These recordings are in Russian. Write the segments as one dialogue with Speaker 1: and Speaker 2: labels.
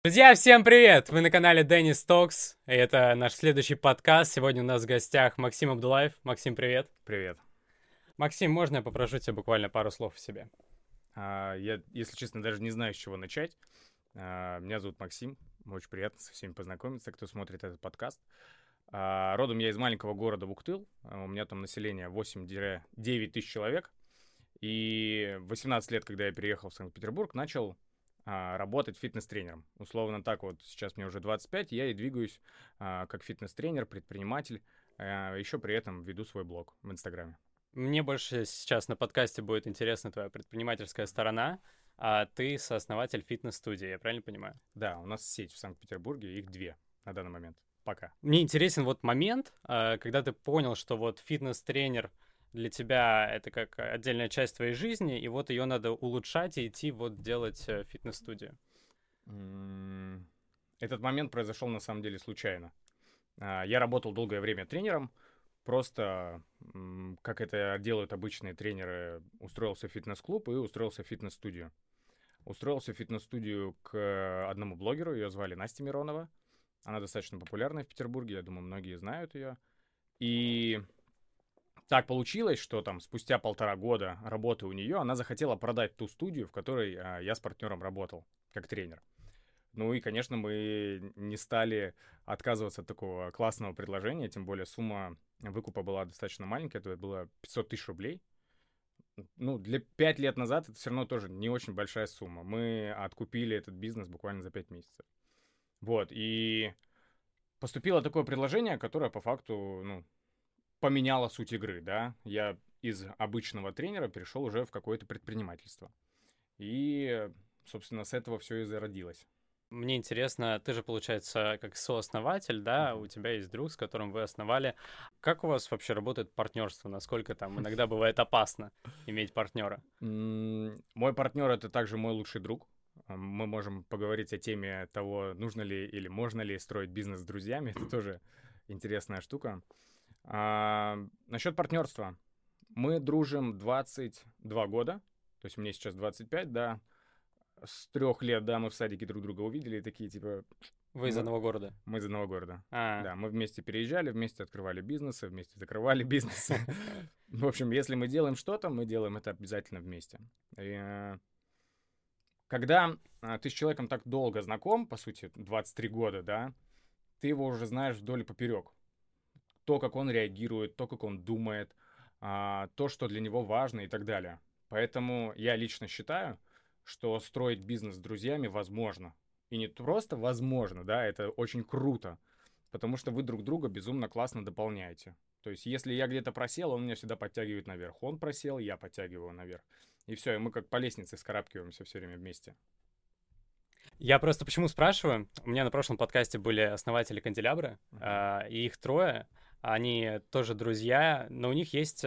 Speaker 1: Друзья, всем привет! Вы на канале Денис Токс, и это наш следующий подкаст. Сегодня у нас в гостях Максим Абдулаев. Максим, привет.
Speaker 2: Привет.
Speaker 1: Максим, можно я попрошу тебя буквально пару слов о себе?
Speaker 2: Я, если честно, даже не знаю, с чего начать. Меня зовут Максим. Очень приятно со всеми познакомиться, кто смотрит этот подкаст. Родом я из маленького города Вуктыл. У меня там население 8-9 тысяч человек. И в 18 лет, когда я переехал в Санкт-Петербург, начал работать фитнес-тренером. Условно так вот, сейчас мне уже 25, я и двигаюсь как фитнес-тренер, предприниматель. Еще при этом веду свой блог в Инстаграме.
Speaker 1: Мне больше сейчас на подкасте будет интересна твоя предпринимательская сторона, а ты сооснователь фитнес-студии, я правильно понимаю?
Speaker 2: Да, у нас сеть в Санкт-Петербурге, их две на данный момент. Пока.
Speaker 1: Мне интересен вот момент, когда ты понял, что вот фитнес-тренер для тебя это как отдельная часть твоей жизни, и вот ее надо улучшать и идти вот делать фитнес-студию.
Speaker 2: Этот момент произошел на самом деле случайно. Я работал долгое время тренером, просто, как это делают обычные тренеры, устроился в фитнес-клуб и устроился в фитнес-студию. Устроился в фитнес-студию к одному блогеру, ее звали Настя Миронова. Она достаточно популярная в Петербурге, я думаю, многие знают ее. И так получилось, что там спустя 1,5 года работы у нее, она захотела продать ту студию, в которой я с партнером работал, как тренер. Ну и, конечно, мы не стали отказываться от такого классного предложения, тем более сумма выкупа была достаточно маленькая, это было 500 тысяч рублей. Ну, для 5 лет назад это все равно тоже не очень большая сумма. Мы откупили этот бизнес буквально за 5 месяцев. Вот, и поступило такое предложение, которое по факту, ну, поменяло суть игры, да. Я из обычного тренера перешел уже в какое-то предпринимательство. И, собственно, с этого все и зародилось.
Speaker 1: Мне интересно, ты же, получается, как сооснователь, да, у
Speaker 2: Мгм.
Speaker 1: тебя есть друг, с которым вы основали. Как у вас вообще работает партнерство? Насколько там иногда бывает опасно иметь партнера?
Speaker 2: Мой партнер это также мой лучший друг. Мы можем поговорить о теме того, нужно ли или можно ли строить бизнес с друзьями. Это тоже интересная штука. Насчет партнерства. Мы дружим 22 года. То есть мне сейчас 25, да. С 3 лет, да, мы в садике друг друга увидели и такие, типа,
Speaker 1: Вы из
Speaker 2: мы,
Speaker 1: одного города.
Speaker 2: мы из одного города.
Speaker 1: А,
Speaker 2: Да, мы вместе переезжали, вместе открывали бизнесы, вместе закрывали бизнесы. В общем, если мы делаем что-то, мы делаем это обязательно вместе. И, когда ты с человеком так долго знаком, по сути, 23 года, да, ты его уже знаешь вдоль и поперек. То, как он реагирует, то, как он думает, то, что для него важно и так далее. Поэтому я лично считаю, что строить бизнес с друзьями возможно. И не просто возможно, да, это очень круто, потому что вы друг друга безумно классно дополняете. То есть, если я где-то просел, он меня всегда подтягивает наверх. Он просел, я подтягиваю его наверх. И все, и мы как по лестнице вскарабкиваемся все время вместе.
Speaker 1: я просто почему спрашиваю? У меня на прошлом подкасте были основатели Канделябра,
Speaker 2: Мгм.
Speaker 1: и их трое. Они тоже друзья, но у них есть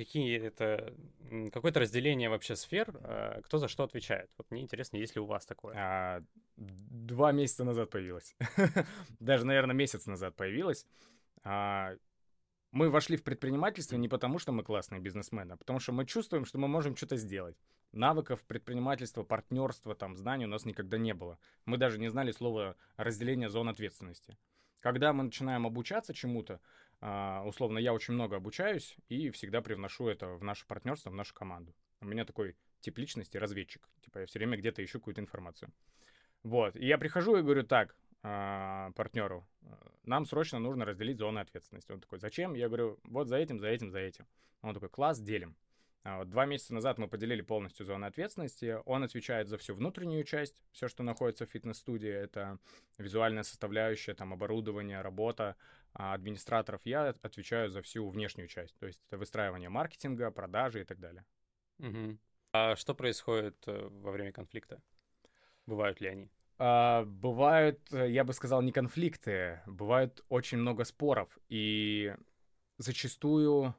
Speaker 1: какое-то разделение вообще сфер, кто за что отвечает. Вот мне интересно, есть ли у вас такое?
Speaker 2: 2 месяца назад появилась. Даже, наверное, месяц назад появилась. А, Мы вошли в предпринимательство не потому, что мы классные бизнесмены, а потому что мы чувствуем, что мы можем что-то сделать. Навыков предпринимательства, партнерства, там, знаний у нас никогда не было. Мы даже не знали слова разделение зон ответственности. Когда мы начинаем обучаться чему-то, условно, я очень много обучаюсь и всегда привношу это в наше партнерство, в нашу команду. У меня такой тип личности разведчик. Типа я все время где-то ищу какую-то информацию. Вот. И я прихожу и говорю так партнеру, нам срочно нужно разделить зоны ответственности. Он такой, зачем? Я говорю, вот за этим, за этим, за этим. Он такой, класс, делим. Вот 2 месяца назад мы поделили полностью зоны ответственности. Он отвечает за всю внутреннюю часть, все, что находится в фитнес-студии. Это визуальная составляющая, там, оборудование, работа администраторов. Я отвечаю за всю внешнюю часть. То есть это выстраивание маркетинга, продажи и так далее.
Speaker 1: Мгм. А что происходит во время конфликта? Бывают ли они?
Speaker 2: Бывают, я бы сказал, не конфликты, бывает очень много споров. И зачастую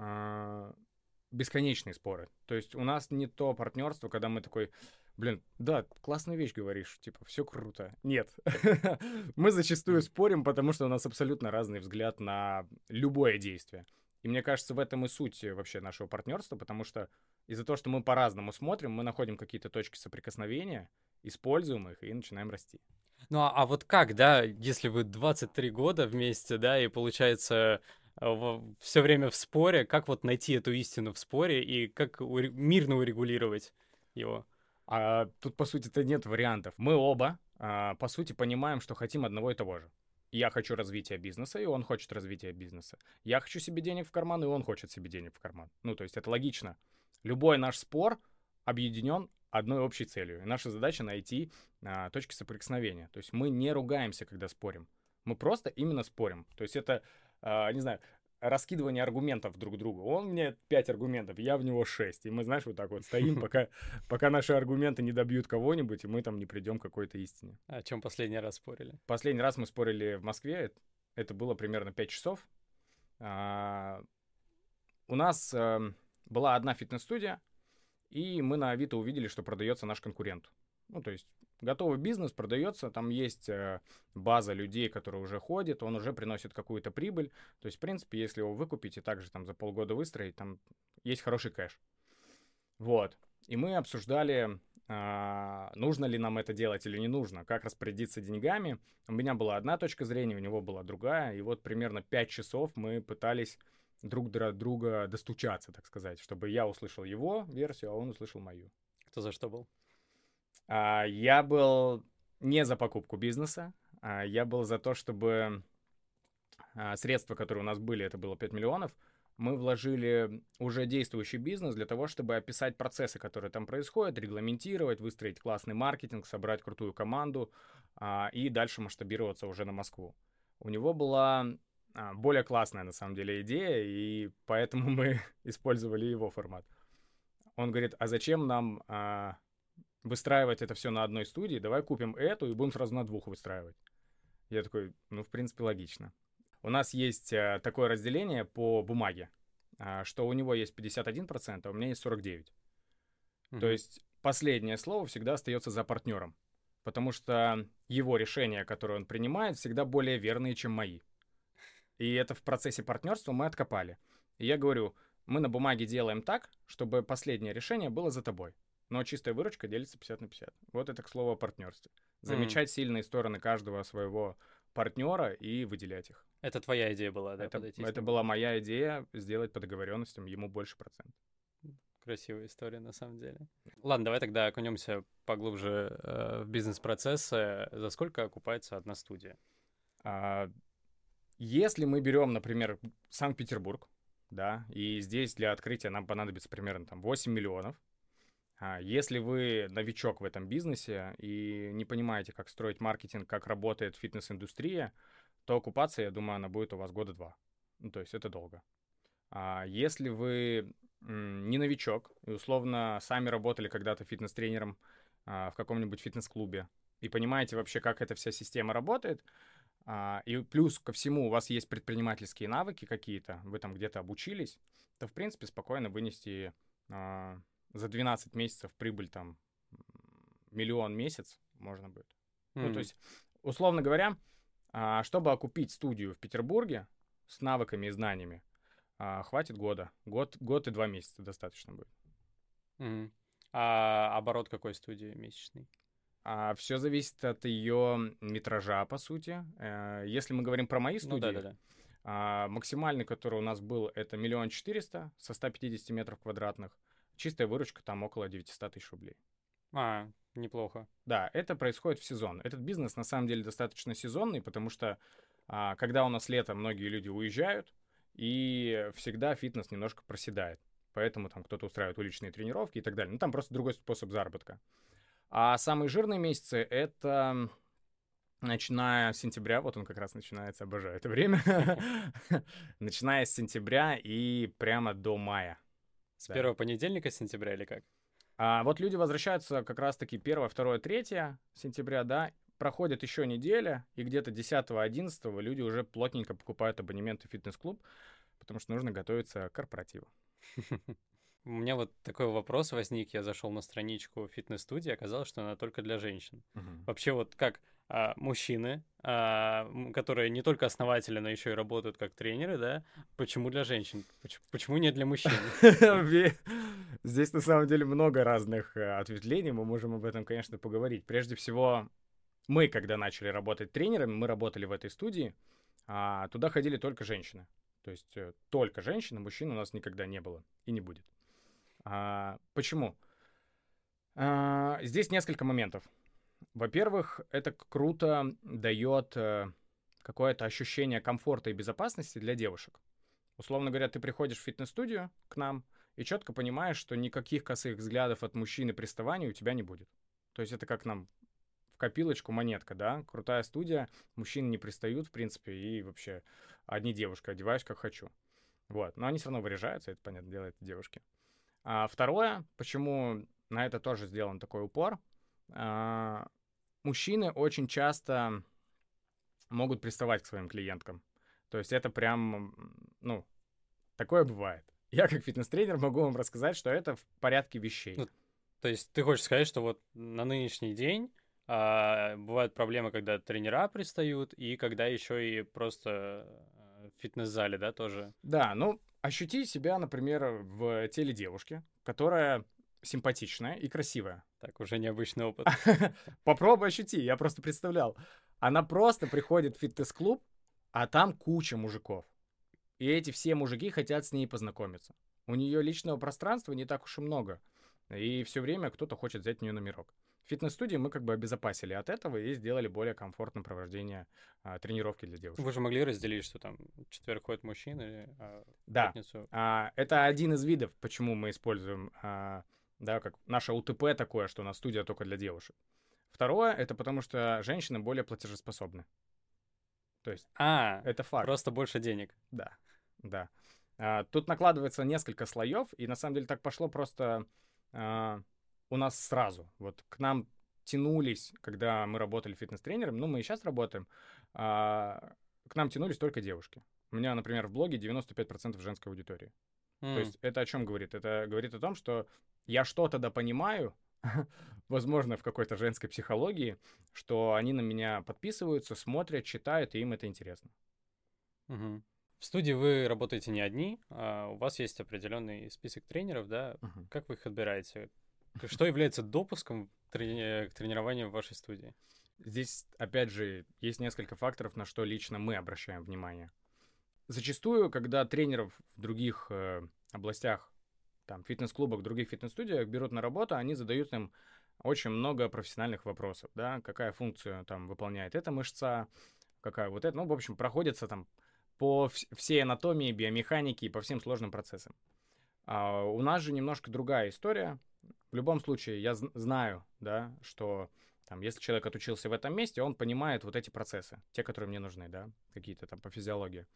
Speaker 2: бесконечные споры. То есть у нас не то партнерство, когда мы такой, блин, да, классную вещь говоришь, типа, все круто. Нет. Мы зачастую
Speaker 1: Мгм.
Speaker 2: спорим, потому что у нас абсолютно разный взгляд на любое действие. И мне кажется, в этом и суть вообще нашего партнерства, потому что из-за того, что мы по-разному смотрим, мы находим какие-то точки соприкосновения, используем их и начинаем расти.
Speaker 1: Ну, а вот как, да, если вы 23 года вместе, да, и получается все время в споре, как вот найти эту истину в споре и как мирно урегулировать его?
Speaker 2: Тут, по сути-то, нет вариантов. Мы оба, по сути, понимаем, что хотим одного и того же. Я хочу развития бизнеса, и он хочет развития бизнеса. Я хочу себе денег в карман, и он хочет себе денег в карман. Ну, то есть это логично. Любой наш спор объединен одной общей целью. И наша задача найти точки соприкосновения. То есть мы не ругаемся, когда спорим. Мы просто именно спорим. То есть это, не знаю, раскидывание аргументов друг другу. Он мне 5 аргументов, я в него 6. И мы, знаешь, вот так вот стоим, пока наши аргументы не добьют кого-нибудь, и мы там не придем к какой-то истине.
Speaker 1: О чем последний раз спорили?
Speaker 2: Последний раз мы спорили в Москве. Это было примерно 5 часов. У нас была одна фитнес-студия, и мы на Авито увидели, что продается наш конкурент. Ну, то есть готовый бизнес продается, там есть база людей, которые уже ходят, он уже приносит какую-то прибыль. То есть, в принципе, если его выкупить и также там за полгода выстроить, там есть хороший кэш. Вот. И мы обсуждали, нужно ли нам это делать или не нужно, как распорядиться деньгами. У меня была одна точка зрения, у него была другая. И вот примерно 5 часов мы пытались друг до друга достучаться, так сказать, чтобы я услышал его версию, а он услышал мою.
Speaker 1: Кто за что был?
Speaker 2: Я был не за покупку бизнеса, я был за то, чтобы средства, которые у нас были, это было 5 миллионов, мы вложили уже действующий бизнес для того, чтобы описать процессы, которые там происходят, регламентировать, выстроить классный маркетинг, собрать крутую команду и дальше масштабироваться уже на Москву. У него была более классная, на самом деле, идея, и поэтому мы использовали его формат. Он говорит, а зачем нам выстраивать это все на одной студии? Давай купим эту и будем сразу на 2 выстраивать. Я такой, ну, в принципе, логично. У нас есть такое разделение по бумаге, что у него есть 51%, а у меня есть 49%. То есть последнее слово всегда остается за партнером, потому что его решения, которые он принимает, всегда более верные, чем мои. И это в процессе партнерства мы откопали. И я говорю, мы на бумаге делаем так, чтобы последнее решение было за тобой. Но чистая выручка делится 50/50. Вот это к слову о партнерстве. Замечать сильные стороны каждого своего партнера и выделять их.
Speaker 1: Это твоя идея была, да?
Speaker 2: Это была моя идея сделать по договоренностям ему больше процент.
Speaker 1: Красивая история, на самом деле. Ладно, давай тогда окунемся поглубже в бизнес-процессы. За сколько окупается одна студия?
Speaker 2: Если мы берем, например, Санкт-Петербург, да, и здесь для открытия нам понадобится примерно там 8 миллионов. Если вы новичок в этом бизнесе и не понимаете, как строить маркетинг, как работает фитнес-индустрия, то окупаться, я думаю, она будет у вас 2 года. Ну, то есть это долго. Если вы не новичок и условно сами работали когда-то фитнес-тренером в каком-нибудь фитнес-клубе и понимаете вообще, как эта вся система работает, и плюс ко всему у вас есть предпринимательские навыки какие-то, вы там где-то обучились, то, в принципе, спокойно вынести за 12 месяцев прибыль там 1 миллион в месяц можно будет. Ну, то есть, условно говоря, чтобы окупить студию в Петербурге с навыками и знаниями, хватит года. Год и 2 месяца достаточно будет.
Speaker 1: А оборот какой студии месячный?
Speaker 2: Все зависит от ее метража, по сути. Если мы говорим про мои студии, максимальный, который у нас был, это 1 400 000 со 150 метров квадратных. Чистая выручка там около 900 000 рублей.
Speaker 1: Неплохо.
Speaker 2: Да, это происходит в сезон. Этот бизнес на самом деле достаточно сезонный, потому что когда у нас лето, многие люди уезжают, и всегда фитнес немножко проседает. Поэтому там кто-то устраивает уличные тренировки и так далее. Ну, там просто другой способ заработка. А самые жирные месяцы — это начиная с сентября, вот он как раз начинается, обожаю это время, начиная с сентября и прямо до мая.
Speaker 1: С первого понедельника сентября или как?
Speaker 2: Вот люди возвращаются как раз-таки 1, 2, 3 сентября, да, проходит еще неделя, и где-то 10-11 люди уже плотненько покупают абонементы в фитнес-клуб, потому что нужно готовиться к корпоративу.
Speaker 1: У меня вот такой вопрос возник. Я зашел на страничку фитнес-студии, оказалось, что она только для женщин. Вообще вот как мужчины которые не только основатели, но еще и работают как тренеры, да, почему для женщин? Почему не для мужчин?
Speaker 2: Здесь на самом деле много разных ответвлений, мы можем об этом, конечно, поговорить. Прежде всего, мы, когда начали работать тренерами, мы работали в этой студии, туда ходили только женщины. То есть только женщины, мужчин у нас никогда не было и не будет. Почему? Здесь несколько моментов. Во-первых, это круто дает какое-то ощущение комфорта и безопасности для девушек. Условно говоря, ты приходишь в фитнес-студию к нам и четко понимаешь, что никаких косых взглядов от мужчин и приставаний у тебя не будет. То есть это как нам в копилочку монетка, да? Крутая студия, мужчины не пристают, в принципе, и вообще одни девушки, одеваюсь как хочу. Вот. Но они все равно выряжаются, это, понятное дело, это девушки. Второе, почему на это тоже сделан такой упор, мужчины очень часто могут приставать к своим клиенткам. То есть это прям, такое бывает. Я как фитнес-тренер могу вам рассказать, что это в порядке вещей.
Speaker 1: То есть ты хочешь сказать, что вот на нынешний день бывают проблемы, когда тренера пристают, и когда еще и просто в фитнес-зале, да, тоже?
Speaker 2: Да, ощути себя, например, в теле девушки, которая симпатичная и красивая.
Speaker 1: Так, уже необычный опыт.
Speaker 2: Попробуй ощути, я просто представлял. Она просто приходит в фитнес-клуб, а там куча мужиков. И эти все мужики хотят с ней познакомиться. У нее личного пространства не так уж и много. И все время кто-то хочет взять у нее номерок. В фитнес-студии мы как бы обезопасили от этого и сделали более комфортное провождение тренировки для девушек.
Speaker 1: Вы же могли разделить, что там в четверг ходят мужчины, а в
Speaker 2: Да,
Speaker 1: пятницу...
Speaker 2: это один из видов, почему мы используем, как наше УТП такое, что у нас студия только для девушек. Второе, это потому что женщины более платежеспособны. То есть это факт.
Speaker 1: Просто больше денег.
Speaker 2: Да. Тут накладывается несколько слоев, и на самом деле так пошло просто у нас сразу. Вот к нам тянулись, когда мы работали фитнес-тренером, мы и сейчас работаем, к нам тянулись только девушки. У меня, например, в блоге 95% женской аудитории. То есть это о чем говорит? Это говорит о том, что я что-то понимаю, возможно, в какой-то женской психологии, что они на меня подписываются, смотрят, читают, и им это интересно.
Speaker 1: Угу. В студии вы работаете не одни, у вас есть определенный список тренеров, да? Как вы их отбираете? Что является допуском к тренированию в вашей студии?
Speaker 2: Здесь, опять же, есть несколько факторов, на что лично мы обращаем внимание. Зачастую, когда тренеров в других областях, там, фитнес-клубах, других фитнес-студиях берут на работу, они задают им очень много профессиональных вопросов, да, какая функция там выполняет эта мышца, какая вот эта, в общем, проходится там по всей анатомии, биомеханике и по всем сложным процессам. У нас же немножко другая история. В любом случае, я знаю, да, что там, если человек отучился в этом месте, он понимает вот эти процессы, те, которые мне нужны, да, какие-то там по физиологии.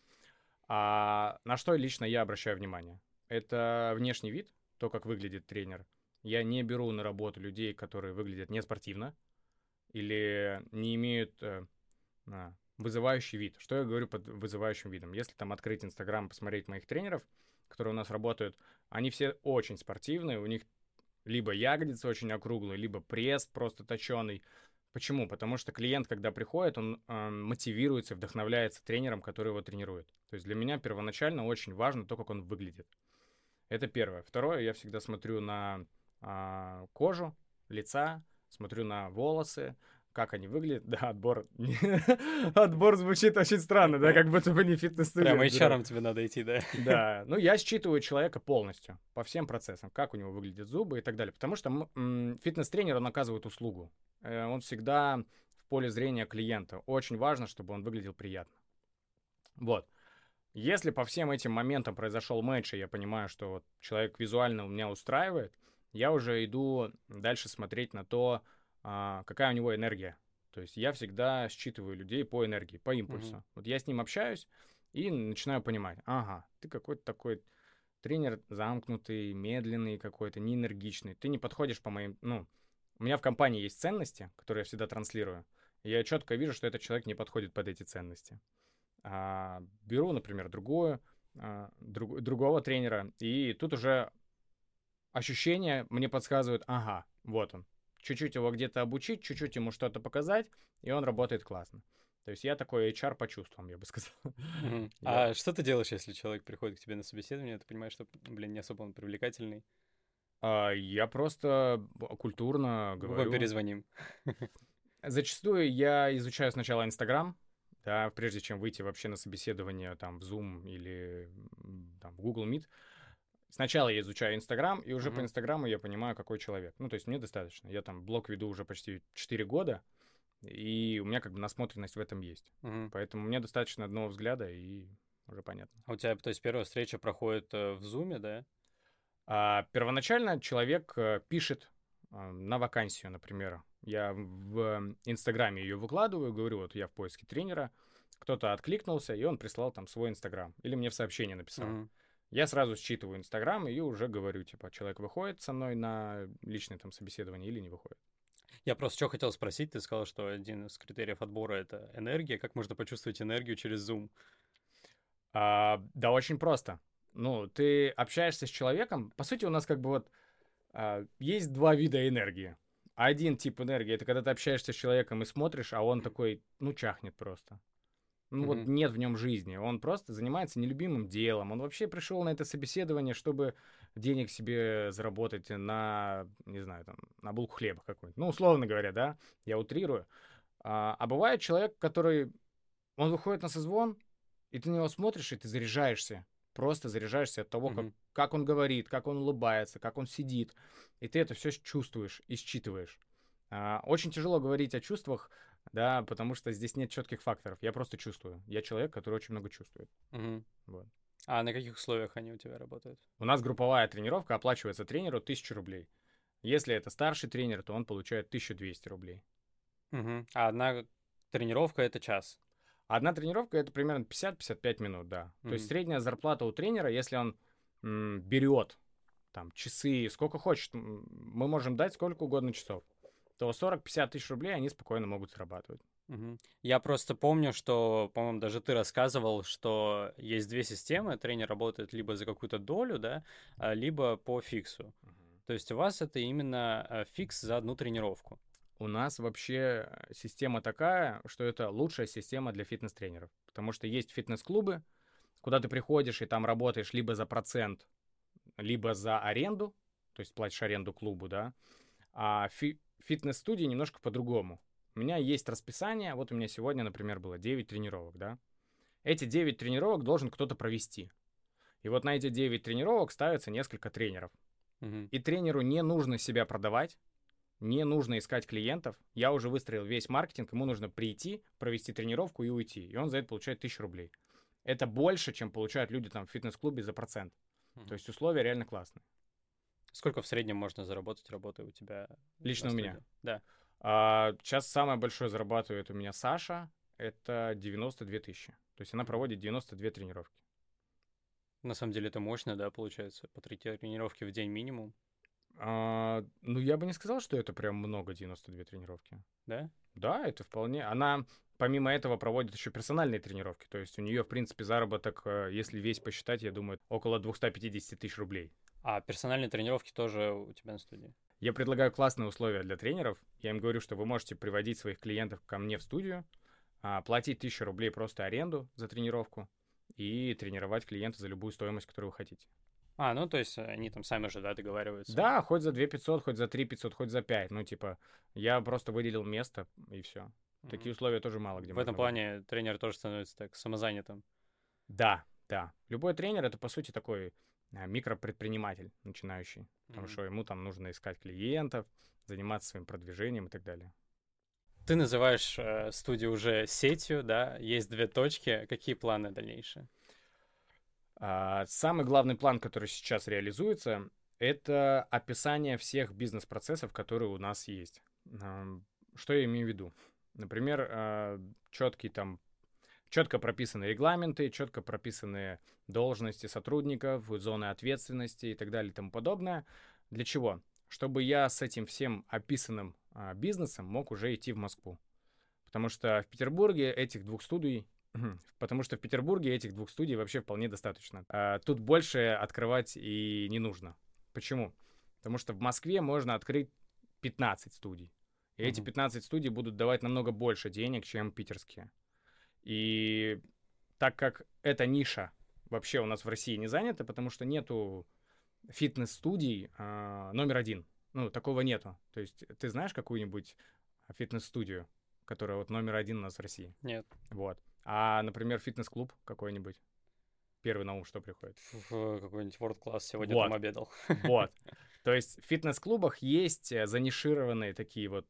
Speaker 2: На что лично я обращаю внимание? Это внешний вид, то, как выглядит тренер. Я не беру на работу людей, которые выглядят неспортивно или не имеют вызывающий вид. Что я говорю под вызывающим видом? Если там открыть Инстаграм, посмотреть моих тренеров, которые у нас работают, они все очень спортивные, у них либо ягодицы очень округлые, либо пресс просто точеный. Почему? Потому что клиент, когда приходит, он мотивируется, вдохновляется тренером, который его тренирует. То есть для меня первоначально очень важно то, как он выглядит. Это первое. Второе, я всегда смотрю на кожу лица, смотрю на волосы, как они выглядят. Да, отбор. Отбор звучит очень странно, да, как будто бы не фитнес-студия.
Speaker 1: Прямо HR тебе надо идти, да?
Speaker 2: Да, я считываю человека полностью, по всем процессам, как у него выглядят зубы и так далее. Потому что фитнес-тренер, он оказывает услугу. Он всегда в поле зрения клиента. Очень важно, чтобы он выглядел приятно. Вот. Если по всем этим моментам произошел матч, и я понимаю, что вот человек визуально у меня устраивает, я уже иду дальше смотреть на то, какая у него энергия. То есть я всегда считываю людей по энергии, по импульсу. Вот я с ним общаюсь и начинаю понимать, ты какой-то такой тренер замкнутый, медленный какой-то, неэнергичный. Ты не подходишь по моим... У меня в компании есть ценности, которые я всегда транслирую. И я четко вижу, что этот человек не подходит под эти ценности. Беру, например, другого тренера, и тут уже ощущения мне подсказывают, вот он. Чуть-чуть его где-то обучить, чуть-чуть ему что-то показать, и он работает классно. То есть я такой HR по чувствам, я бы сказал.
Speaker 1: Мгм.
Speaker 2: Я,
Speaker 1: А что ты делаешь, если человек приходит к тебе на собеседование, ты понимаешь, что, блин, не особо он привлекательный?
Speaker 2: я просто культурно
Speaker 1: Мы вам
Speaker 2: говорю.
Speaker 1: перезвоним.
Speaker 2: Зачастую я изучаю сначала Инстаграм, да, прежде чем выйти вообще на собеседование там в Zoom или там в Google Meet. Сначала я изучаю Инстаграм, и уже по
Speaker 1: Мгм.
Speaker 2: Инстаграму я понимаю, какой человек. Ну, то есть мне достаточно. Я там блог веду уже почти 4 года, и у меня как бы насмотренность в этом есть.
Speaker 1: Мгм.
Speaker 2: Поэтому мне достаточно одного взгляда, и уже понятно.
Speaker 1: А у тебя, то есть, первая встреча проходит в Зуме, да?
Speaker 2: Первоначально человек пишет на вакансию, например. Я в Инстаграме ее выкладываю, говорю, вот я в поиске тренера. Кто-то откликнулся, и он прислал там свой Инстаграм. Или мне в сообщение написал.
Speaker 1: Мгм.
Speaker 2: Я сразу считываю Инстаграм и уже говорю, типа, человек выходит со мной на личное там собеседование или не выходит.
Speaker 1: Я просто что хотел спросить, ты сказал, что один из критериев отбора — это энергия. Как можно почувствовать энергию через Zoom?
Speaker 2: Да очень просто. Ну, ты общаешься с человеком. По сути, у нас как бы вот есть два вида энергии. Один тип энергии — это когда ты общаешься с человеком и смотришь, а он такой, ну, чахнет просто. Ну вот
Speaker 1: Мгм.
Speaker 2: нет в нем жизни. Он просто занимается нелюбимым делом. Он вообще пришел на это собеседование, чтобы денег себе заработать на, не знаю, там, на булку хлеба какой-нибудь. Ну, условно говоря, да, я утрирую. А бывает человек, который, он выходит на созвон, и ты на него смотришь, и ты заряжаешься. Просто заряжаешься от того,
Speaker 1: Мгм.
Speaker 2: как он говорит, как он улыбается, как он сидит. И ты это все чувствуешь и считываешь. Очень тяжело говорить о чувствах, да, потому что здесь нет четких факторов. Я просто чувствую. Я человек, который очень много чувствует.
Speaker 1: Мгм.
Speaker 2: Вот.
Speaker 1: А на каких условиях они у тебя работают?
Speaker 2: У нас групповая тренировка, оплачивается тренеру 1000 рублей. Если это старший тренер, то он получает 1200 рублей.
Speaker 1: Мгм. А одна тренировка — это час.
Speaker 2: Одна тренировка это примерно 50-55 минут, да. То есть
Speaker 1: Мгм.
Speaker 2: средняя зарплата у тренера, если он берет там часы, сколько хочет, мы можем дать сколько угодно часов, то 40-50 тысяч рублей они спокойно могут зарабатывать.
Speaker 1: Мгм. Я просто помню, что, по-моему, даже ты рассказывал, что есть две системы. Тренер работает либо за какую-то долю, да, либо по фиксу. То есть у вас это именно фикс за одну тренировку.
Speaker 2: У нас вообще система такая, что это лучшая система для фитнес-тренеров. Потому что есть фитнес-клубы, куда ты приходишь и там работаешь либо за процент, либо за аренду, то есть платишь аренду клубу, да. А фитнес-студии немножко по-другому. У меня есть расписание, вот у меня сегодня, например, было 9 тренировок, да. Эти 9 тренировок должен кто-то провести. И вот на эти 9 тренировок ставится несколько тренеров.
Speaker 1: Мгм.
Speaker 2: И тренеру не нужно себя продавать, не нужно искать клиентов. Я уже выстроил весь маркетинг, ему нужно прийти, провести тренировку и уйти. И он за это получает 1000 рублей. Это больше, чем получают люди там в фитнес-клубе за процент. То
Speaker 1: Мгм.
Speaker 2: есть условия реально классные.
Speaker 1: Сколько в среднем можно заработать, работая у тебя на
Speaker 2: Лично у меня.
Speaker 1: студии? Да.
Speaker 2: Сейчас самое большое зарабатывает у меня Саша. Это 92 тысячи. То есть она
Speaker 1: Мгм.
Speaker 2: проводит 92 тренировки.
Speaker 1: На самом деле это мощно, да, получается? По 3 тренировки в день минимум,
Speaker 2: Ну, я бы не сказал, что это прям много, 92 тренировки.
Speaker 1: да?
Speaker 2: Да, это вполне. Она, помимо этого, проводит еще персональные тренировки. То есть у нее, в принципе, заработок, если весь посчитать, я думаю, около 250 тысяч рублей.
Speaker 1: А персональные тренировки тоже у тебя на студии?
Speaker 2: Я предлагаю классные условия для тренеров. Я им говорю, что вы можете приводить своих клиентов ко мне в студию, платить 1000 рублей просто аренду за тренировку и тренировать клиента за любую стоимость, которую вы хотите.
Speaker 1: Ну, то есть они там сами же, да, договариваются.
Speaker 2: Да, хоть за 2500, хоть за 3500, хоть за 5. Ну, типа, я просто выделил место, и все. Такие
Speaker 1: Мгм.
Speaker 2: условия тоже мало где
Speaker 1: В этом
Speaker 2: можно выделить.
Speaker 1: плане тренер тоже становится так самозанятым.
Speaker 2: Да, да. Любой тренер — это, по сути, такой микропредприниматель начинающий. Потому
Speaker 1: Мгм.
Speaker 2: что ему там нужно искать клиентов, заниматься своим продвижением и так далее.
Speaker 1: Ты называешь студию уже сетью, да? Есть две точки. Какие планы дальнейшие?
Speaker 2: Самый главный план, который сейчас реализуется, это описание всех бизнес-процессов, которые у нас есть. Что я имею в виду? Например, четко прописаны регламенты, четко прописаны должности сотрудников, зоны ответственности и так далее и тому подобное. Для чего? Чтобы я с этим всем описанным бизнесом мог уже идти в Москву. Потому что в Петербурге этих двух студий Потому что в Петербурге этих двух студий вообще вполне достаточно. Тут больше открывать и не нужно. Почему? Потому что в Москве можно открыть 15 студий. И эти
Speaker 1: Мгм.
Speaker 2: 15 студий будут давать намного больше денег, чем питерские. И так как эта ниша вообще у нас в России не занята, потому что нету фитнес-студий номер один. Ну, такого нету. То есть ты знаешь какую-нибудь фитнес-студию, которая вот номер один у нас в России?
Speaker 1: Нет.
Speaker 2: Вот. А, например, фитнес-клуб какой-нибудь? Первый на ум что приходит?
Speaker 1: В какой-нибудь World Class сегодня
Speaker 2: Вот.
Speaker 1: там обедал.
Speaker 2: Вот. То есть в фитнес-клубах есть занишированные такие вот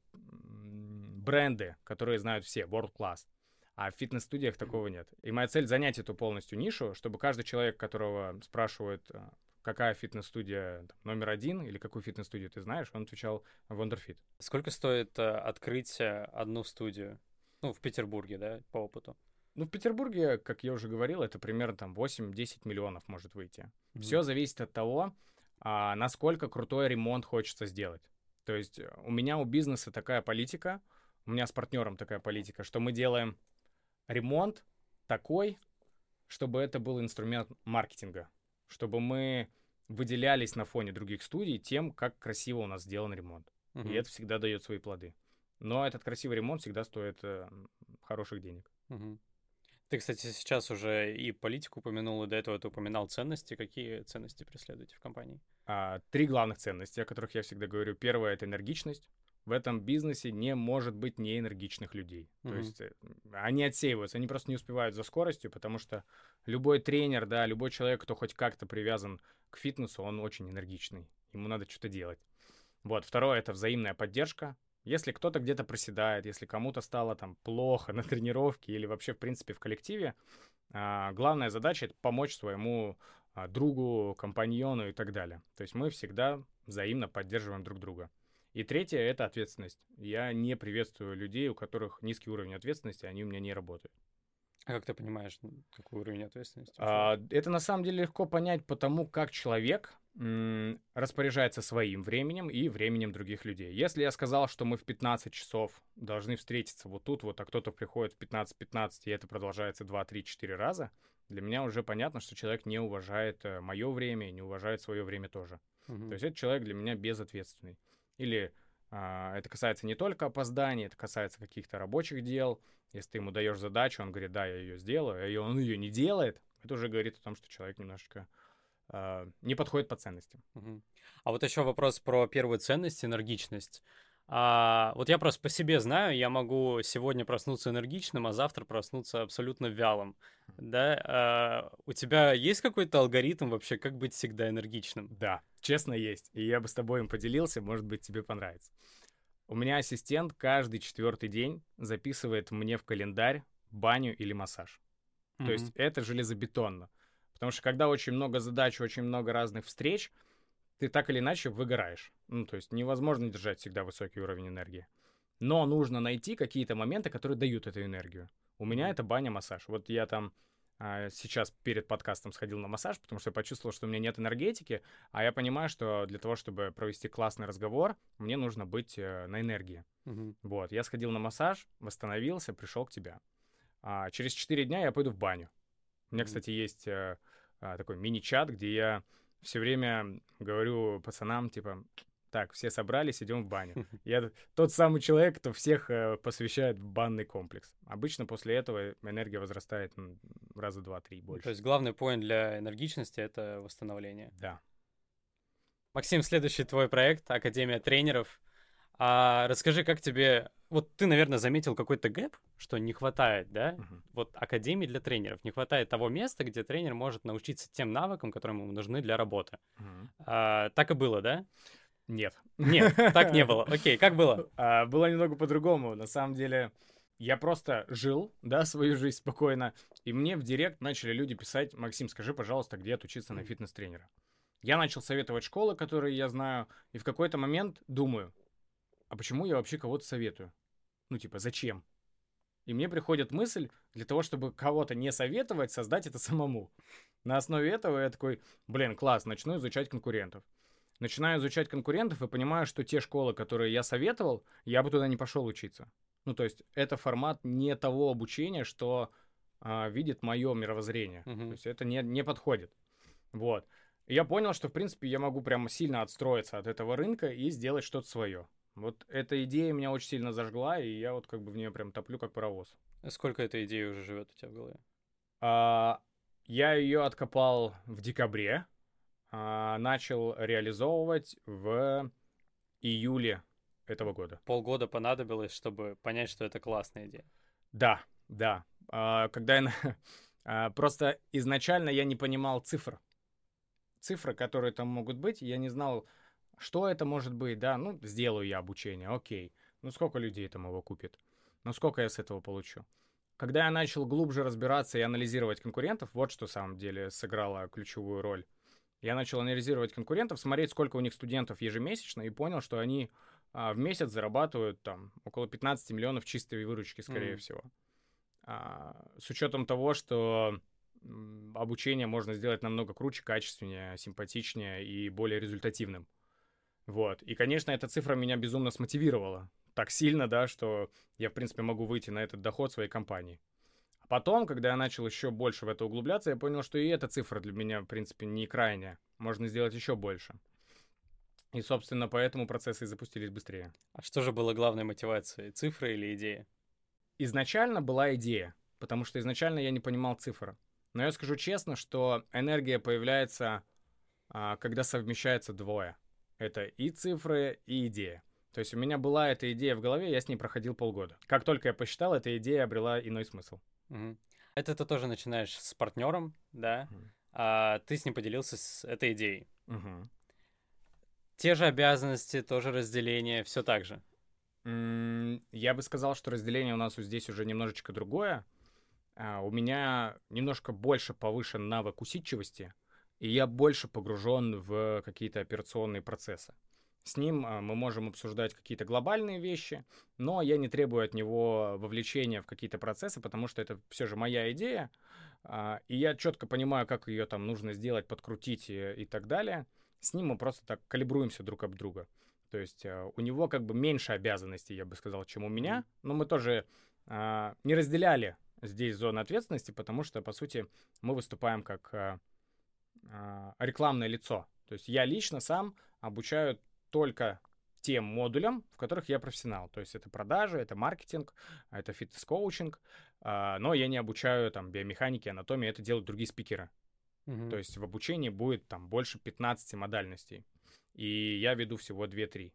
Speaker 2: бренды, которые знают все, World Class. А в фитнес-студиях такого нет. И моя цель занять эту полностью нишу, чтобы каждый человек, которого спрашивают, какая фитнес-студия номер один или какую фитнес-студию ты знаешь, он отвечал Wonderfit.
Speaker 1: Сколько стоит открыть одну студию? Ну, в Петербурге, да, по опыту.
Speaker 2: Ну, в Петербурге, как я уже говорил, это примерно там 8-10 миллионов может выйти. Все зависит от того, насколько крутой ремонт хочется сделать. То есть у меня у бизнеса такая политика, у меня с партнером такая политика, что мы делаем ремонт такой, чтобы это был инструмент маркетинга, чтобы мы выделялись на фоне других студий тем, как красиво у нас сделан ремонт. И это всегда дает свои плоды. Но этот красивый ремонт всегда стоит хороших денег.
Speaker 1: Ты, кстати, сейчас уже и политику упомянул, и до этого ты упоминал ценности. Какие ценности преследуете в компании?
Speaker 2: 3 главных ценности, о которых я всегда говорю. Первое — это энергичность. В этом бизнесе не может быть неэнергичных людей. То есть они отсеиваются, они просто не успевают за скоростью, потому что любой тренер, да, любой человек, кто хоть как-то привязан к фитнесу, он очень энергичный. Ему надо что-то делать. Вот. Второе — это взаимная поддержка. Если кто-то где-то проседает, если кому-то стало там плохо на тренировке или вообще, в принципе, в коллективе, главная задача — это помочь своему другу, компаньону и так далее. То есть мы всегда взаимно поддерживаем друг друга. И третье — это ответственность. Я не приветствую людей, у которых низкий уровень ответственности, они у меня не работают.
Speaker 1: А как ты понимаешь, какой уровень ответственности?
Speaker 2: Это на самом деле легко понять по тому, как человек распоряжается своим временем и временем других людей. Если я сказал, что мы в 15 часов должны встретиться вот тут вот, а кто-то приходит в 15:15, и это продолжается 2, 3, 4 раза, для меня уже понятно, что человек не уважает мое время и не уважает свое время тоже. То есть этот человек для меня безответственный. Или это касается не только опозданий, это касается каких-то рабочих дел. Если ты ему даешь задачу, он говорит, да, я ее сделаю, и он ее не делает, это уже говорит о том, что человек немножечко не подходит по ценностям.
Speaker 1: А вот еще вопрос про первую ценность — энергичность. Вот я просто по себе знаю, я могу сегодня проснуться энергичным, а завтра проснуться абсолютно вялым. Да? У тебя есть какой-то алгоритм вообще, как быть всегда энергичным?
Speaker 2: Да, честно есть. И я бы с тобой им поделился, может быть, тебе понравится. У меня ассистент каждый 4-й день записывает мне в календарь баню или массаж. То есть это железобетонно. Потому что когда очень много задач, очень много разных встреч, ты так или иначе выгораешь. Ну, то есть невозможно держать всегда высокий уровень энергии. Но нужно найти какие-то моменты, которые дают эту энергию. У меня это баня-массаж. Вот я там сейчас перед подкастом сходил на массаж, потому что я почувствовал, что у меня нет энергетики, а я понимаю, что для того, чтобы провести классный разговор, мне нужно быть на энергии. Вот, я сходил на массаж, восстановился, пришел к тебе. Через 4 дня я пойду в баню. У меня, кстати, есть такой мини-чат, где я все время говорю пацанам, типа, так, все собрались, идем в баню. Я тот самый человек, кто всех посвящает в банный комплекс. Обычно после этого энергия возрастает раза 2-3 больше.
Speaker 1: То есть главный поинт для энергичности — это восстановление.
Speaker 2: Да.
Speaker 1: Максим, следующий твой проект — Академия тренеров. Расскажи, как тебе... Вот ты, наверное, заметил какой-то гэп, что не хватает, да? Вот академии для тренеров. Не хватает того места, где тренер может научиться тем навыкам, которые ему нужны для работы. Так и было, да?
Speaker 2: Нет.
Speaker 1: Нет, так не было. Окей, как было?
Speaker 2: Было немного по-другому. На самом деле, я просто жил, да, свою жизнь спокойно, и мне в директ начали люди писать: Максим, скажи, пожалуйста, где отучиться на фитнес-тренера. Я начал советовать школы, которые я знаю, и в какой-то момент думаю, а почему я вообще кого-то советую? Ну, типа, зачем? И мне приходит мысль, для того, чтобы кого-то не советовать, создать это самому. На основе этого я такой, блин, класс, начну изучать конкурентов. Начинаю изучать конкурентов и понимаю, что те школы, которые я советовал, я бы туда не пошел учиться. Ну, то есть это формат не того обучения, что видит мое мировоззрение. То есть это не подходит. Вот. И я понял, что, в принципе, я могу прямо сильно отстроиться от этого рынка и сделать что-то свое. Вот эта идея меня очень сильно зажгла, и я вот как бы в нее прям топлю как паровоз.
Speaker 1: Сколько эта идея уже живет у тебя в голове?
Speaker 2: А, Я ее откопал в декабре, начал реализовывать в июле этого года.
Speaker 1: Полгода понадобилось, чтобы понять, что это классная идея.
Speaker 2: Да, да. Когда я... Просто изначально я не понимал цифры, которые там могут быть, я не знал, что это может быть, да, ну, сделаю я обучение, окей. Ну, сколько людей там его купит? Ну, сколько я с этого получу? Когда я начал глубже разбираться и анализировать конкурентов, вот что, в самом деле, сыграло ключевую роль. Я начал анализировать конкурентов, смотреть, сколько у них студентов ежемесячно, и понял, что они в месяц зарабатывают там около 15 миллионов чистой выручки, скорее всего. С учетом того, что обучение можно сделать намного круче, качественнее, симпатичнее и более результативным. Вот. И, конечно, эта цифра меня безумно смотивировала. Так сильно, да, что я, в принципе, могу выйти на этот доход своей компании. А потом, когда я начал еще больше в это углубляться, я понял, что и эта цифра для меня, в принципе, не крайняя. Можно сделать еще больше. И, собственно, поэтому процессы и запустились быстрее.
Speaker 1: А что же было главной мотивацией? Цифры или идея?
Speaker 2: Изначально была идея, потому что изначально я не понимал цифр. Но я скажу честно, что энергия появляется, когда совмещается двое. Это и цифры, и идея. То есть у меня была эта идея в голове, я с ней проходил полгода. Как только я посчитал, эта идея обрела иной смысл.
Speaker 1: Мгм. Это ты тоже начинаешь с партнером, да?
Speaker 2: Мгм.
Speaker 1: А ты с ним поделился с этой идеей.
Speaker 2: Мгм.
Speaker 1: Те же обязанности, тоже разделение, все так же.
Speaker 2: Я бы сказал, что разделение у нас вот здесь уже немножечко другое. У меня немножко больше повышен навык усидчивости, и я больше погружен в какие-то операционные процессы. С ним мы можем обсуждать какие-то глобальные вещи, но я не требую от него вовлечения в какие-то процессы, потому что это все же моя идея, и я четко понимаю, как ее там нужно сделать, подкрутить и так далее. С ним мы просто так калибруемся друг об друга. То есть у него как бы меньше обязанностей, я бы сказал, чем у меня, но мы тоже не разделяли здесь зоны ответственности, потому что, по сути, мы выступаем как рекламное лицо. То есть я лично сам обучаю только тем модулям, в которых я профессионал. То есть это продажи, это маркетинг, это фитнес-коучинг, но я не обучаю там биомеханике, анатомии, это делают другие спикеры. То есть в обучении будет там больше 15 модальностей, и я веду всего 2-3.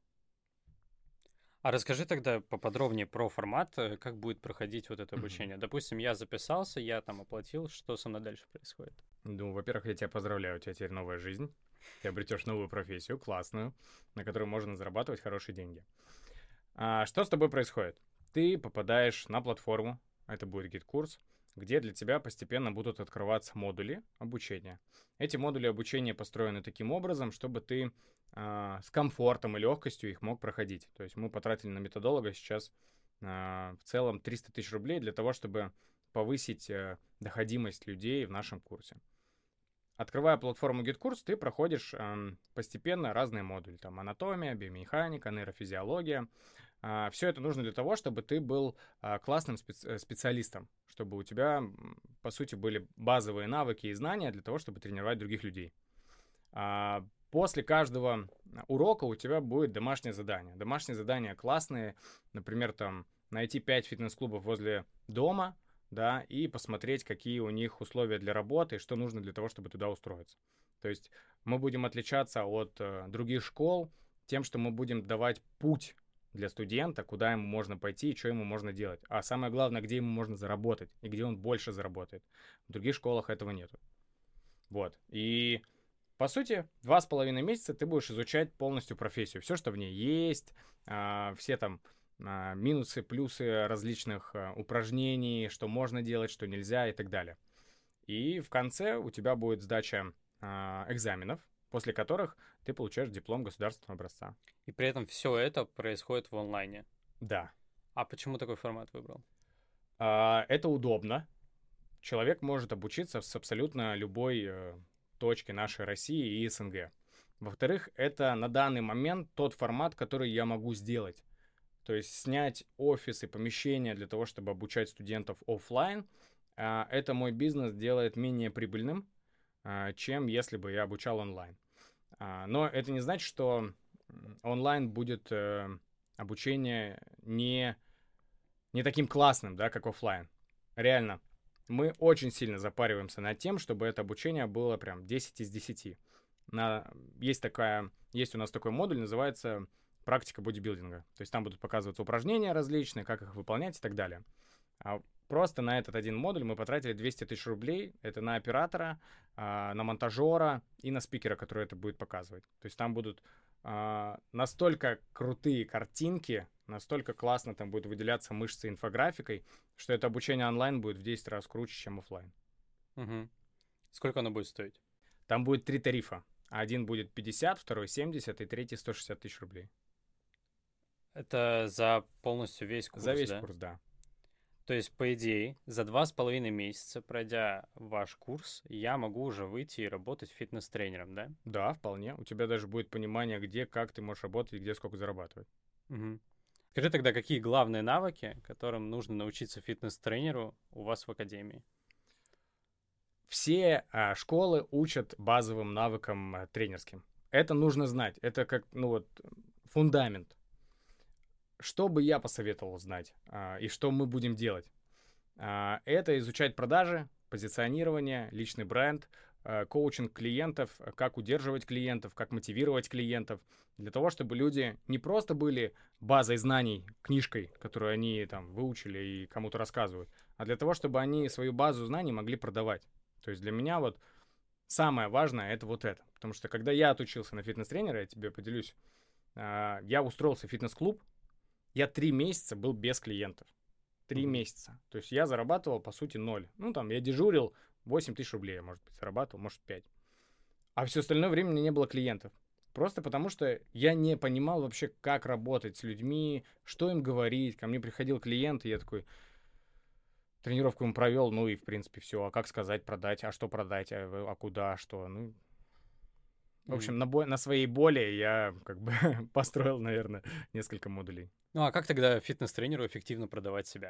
Speaker 1: А расскажи тогда поподробнее про формат, как будет проходить вот это
Speaker 2: Мгм.
Speaker 1: обучение. Допустим, я записался, я там оплатил, что со мной дальше происходит?
Speaker 2: Ну, во-первых, я тебя поздравляю, у тебя теперь новая жизнь. Ты обретешь новую профессию, классную, на которой можно зарабатывать хорошие деньги. Что с тобой происходит? Ты попадаешь на платформу, это будет гид-курс, где для тебя постепенно будут открываться модули обучения. Эти модули обучения построены таким образом, чтобы ты с комфортом и легкостью их мог проходить. То есть мы потратили на методолога сейчас в целом 300 тысяч рублей для того, чтобы повысить доходимость людей в нашем курсе. Открывая платформу GitKurs, ты проходишь постепенно разные модули. Там анатомия, биомеханика, нейрофизиология. Все это нужно для того, чтобы ты был классным специалистом, чтобы у тебя, по сути, были базовые навыки и знания для того, чтобы тренировать других людей. После каждого урока у тебя будет домашнее задание. Домашние задания классные. Например, там найти 5 фитнес-клубов возле дома, да, и посмотреть, какие у них условия для работы и что нужно для того, чтобы туда устроиться. То есть мы будем отличаться от других школ тем, что мы будем давать путь для студента, куда ему можно пойти и что ему можно делать. А самое главное, где ему можно заработать и где он больше заработает. В других школах этого нету. Вот. И по сути, 2,5 месяца ты будешь изучать полностью профессию. Все, что в ней есть, все там минусы, плюсы различных упражнений, что можно делать, что нельзя и так далее. И в конце у тебя будет сдача экзаменов, после которых ты получаешь диплом государственного образца.
Speaker 1: И при этом все это происходит в онлайне.
Speaker 2: Да.
Speaker 1: А почему такой формат выбрал?
Speaker 2: Это удобно. Человек может обучиться с абсолютно любой точки нашей России и СНГ. Во-вторых, это на данный момент тот формат, который я могу сделать. То есть снять офис и помещение для того, чтобы обучать студентов офлайн, это мой бизнес делает менее прибыльным, чем если бы я обучал онлайн. Но это не значит, что онлайн будет обучение не таким классным, да, как офлайн. реально. Мы очень сильно запариваемся над тем, чтобы это обучение было прям 10 из 10. Есть у нас такой модуль, называется практика бодибилдинга. То есть там будут показываться упражнения различные, как их выполнять и так далее. А просто на этот один модуль мы потратили 200 тысяч рублей. Это на оператора, на монтажера и на спикера, который это будет показывать. То есть там будут настолько крутые картинки, настолько классно там будет выделяться мышцы инфографикой, что это обучение онлайн будет в 10 раз круче, чем офлайн.
Speaker 1: Угу. Сколько оно будет стоить?
Speaker 2: Там будет 3 тарифа. Один будет 50, второй 70 и третий 160 тысяч рублей.
Speaker 1: Это за полностью весь курс,
Speaker 2: За весь
Speaker 1: да?
Speaker 2: курс, да.
Speaker 1: То есть, по идее, за 2,5 месяца, пройдя ваш курс, я могу уже выйти и работать фитнес-тренером, да?
Speaker 2: Да, вполне. У тебя даже будет понимание, где, как ты можешь работать, и где сколько зарабатывать.
Speaker 1: Угу. Скажи тогда, какие главные навыки, которым нужно научиться фитнес-тренеру у вас в академии?
Speaker 2: Все школы учат базовым навыкам тренерским. Это нужно знать. Это как, фундамент. Что бы я посоветовал знать и что мы будем делать? Это изучать продажи, позиционирование, личный бренд, коучинг клиентов, как удерживать клиентов, как мотивировать клиентов, для того, чтобы люди не просто были базой знаний, книжкой, которую они там выучили и кому-то рассказывают, а для того, чтобы они свою базу знаний могли продавать. То есть для меня вот самое важное это вот это. Потому что когда я отучился на фитнес-тренера, я тебе поделюсь, я устроился в фитнес-клуб, я 3 месяца был без клиентов. 3 месяца. То есть я зарабатывал, по сути, 0. Я дежурил, 8 тысяч рублей, может быть, зарабатывал, может, 5. А все остальное время у меня не было клиентов. Просто потому что я не понимал вообще, как работать с людьми, что им говорить. Ко мне приходил клиент, и я такой, тренировку ему провел, и, в принципе, все. А как сказать, продать, а что продать, а куда, что, В общем, на своей боли я как бы построил, наверное, несколько модулей.
Speaker 1: Ну а как тогда фитнес-тренеру эффективно продавать себя?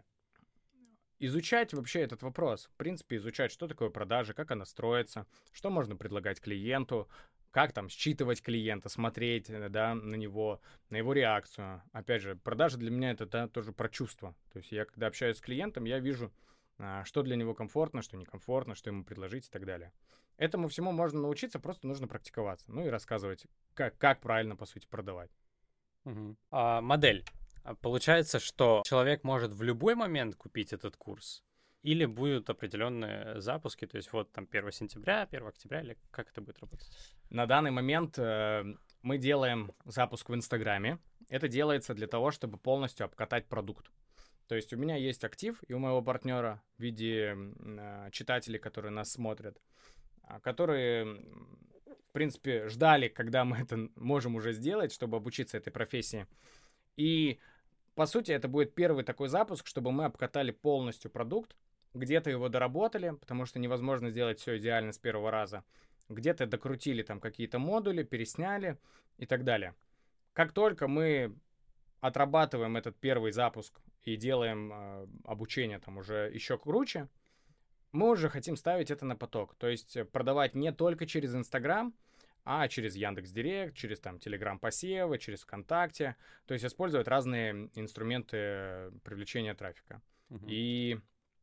Speaker 2: Изучать вообще этот вопрос. В принципе, изучать, что такое продажи, как она строится, что можно предлагать клиенту, как там считывать клиента, смотреть, да, на него, на его реакцию. Опять же, продажи для меня это тоже про чувства. То есть я, когда общаюсь с клиентом, я вижу, что для него комфортно, что некомфортно, что ему предложить и так далее. Этому всему можно научиться, просто нужно практиковаться. И рассказывать, как правильно, по сути, продавать.
Speaker 1: Угу. Модель. Получается, что человек может в любой момент купить этот курс? Или будут определенные запуски, то есть вот там 1 сентября, 1 октября, или как это будет работать?
Speaker 2: На данный момент мы делаем запуск в Инстаграме. Это делается для того, чтобы полностью обкатать продукт. То есть у меня есть актив, и у моего партнера в виде читателей, которые нас смотрят, которые, в принципе, ждали, когда мы это можем уже сделать, чтобы обучиться этой профессии. И, по сути, это будет первый такой запуск, чтобы мы обкатали полностью продукт, где-то его доработали, потому что невозможно сделать все идеально с первого раза, где-то докрутили там какие-то модули, пересняли и так далее. Как только мы отрабатываем этот первый запуск и делаем обучение там уже еще круче, мы уже хотим ставить это на поток. То есть продавать не только через Инстаграм, а через Яндекс.Директ, через там Телеграм-посевы, через ВКонтакте. То есть использовать разные инструменты привлечения трафика. И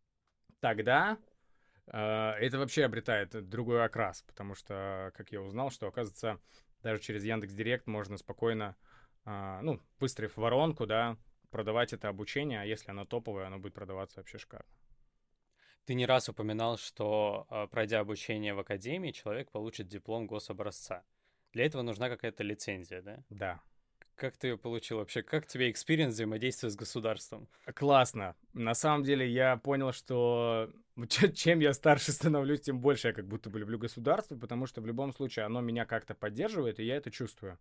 Speaker 2: тогда это вообще обретает другой окрас, потому что, как я узнал, что, оказывается, даже через Яндекс.Директ можно спокойно, выстроив воронку, да, продавать это обучение, а если оно топовое, оно будет продаваться вообще шикарно.
Speaker 1: Ты не раз упоминал, что, пройдя обучение в академии, человек получит диплом гособразца. Для этого нужна какая-то лицензия, да?
Speaker 2: Да.
Speaker 1: Как ты ее получил вообще? Как тебе экспириенс взаимодействия с государством?
Speaker 2: Классно. На самом деле я понял, что чем я старше становлюсь, тем больше я как будто бы люблю государство, потому что в любом случае оно меня как-то поддерживает, и я это чувствую.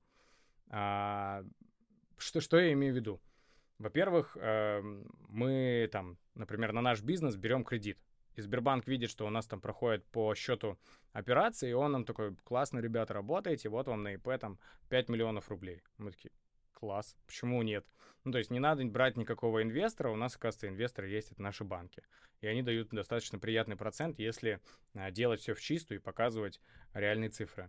Speaker 2: Что я имею в виду? Во-первых, мы там, например, на наш бизнес берем кредит. И Сбербанк видит, что у нас там проходит по счету операции, и он нам такой: классно, ребята, работаете, вот вам на ИП там 5 миллионов рублей. Мы такие: класс, почему нет? То есть не надо брать никакого инвестора, у нас, оказывается, инвесторы есть, это наши банки. И они дают достаточно приятный процент, если делать все в чистую и показывать реальные цифры.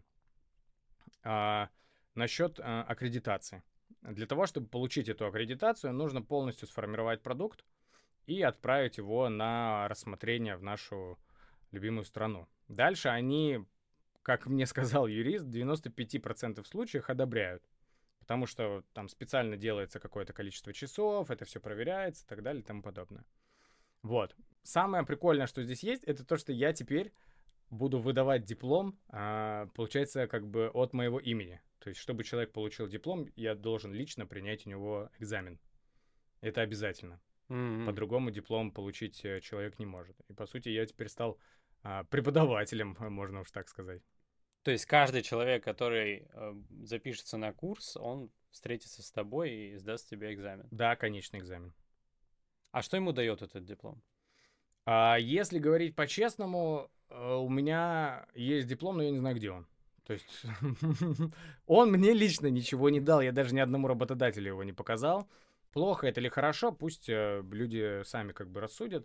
Speaker 2: Насчет аккредитации. Для того, чтобы получить эту аккредитацию, нужно полностью сформировать продукт и отправить его на рассмотрение в нашу любимую страну. Дальше они, как мне сказал юрист, в 95% случаев одобряют. Потому что там специально делается какое-то количество часов, это все проверяется и так далее и тому подобное. Вот. Самое прикольное, что здесь есть, это то, что я теперь буду выдавать диплом, получается, как бы от моего имени. То есть, чтобы человек получил диплом, я должен лично принять у него экзамен. Это обязательно. По-другому диплом получить человек не может. И, по сути, я теперь стал преподавателем, можно уж так сказать.
Speaker 1: То есть каждый человек, который запишется на курс, он встретится с тобой и сдаст тебе экзамен.
Speaker 2: Да, конечный экзамен.
Speaker 1: А что ему дает этот диплом?
Speaker 2: Если говорить по-честному, у меня есть диплом, но я не знаю, где он. То есть он мне лично ничего не дал, я даже ни одному работодателю его не показал. Плохо это или хорошо, пусть люди сами как бы рассудят.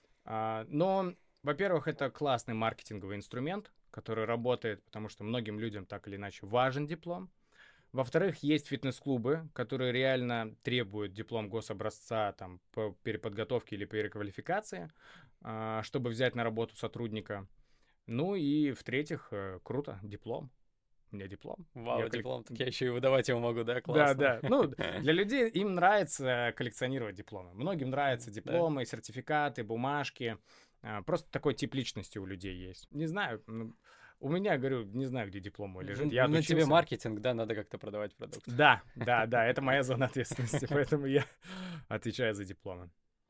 Speaker 2: Но, во-первых, это классный маркетинговый инструмент, который работает, потому что многим людям так или иначе важен диплом. Во-вторых, есть фитнес-клубы, которые реально требуют диплом гособразца там, по переподготовке или переквалификации, чтобы взять на работу сотрудника. Ну и в-третьих, круто, диплом. У меня диплом.
Speaker 1: Вау, диплом, так я еще и выдавать его могу, да? Классно.
Speaker 2: Да, да. Ну, для людей им нравится коллекционировать дипломы. Многим нравятся дипломы, сертификаты, бумажки. Просто такой тип личности у людей есть. Не знаю, у меня, говорю, не знаю, где диплом мой лежит. Я
Speaker 1: на тебе маркетинг, да, надо как-то продавать продукт.
Speaker 2: Да, это моя зона ответственности, поэтому я отвечаю за дипломы.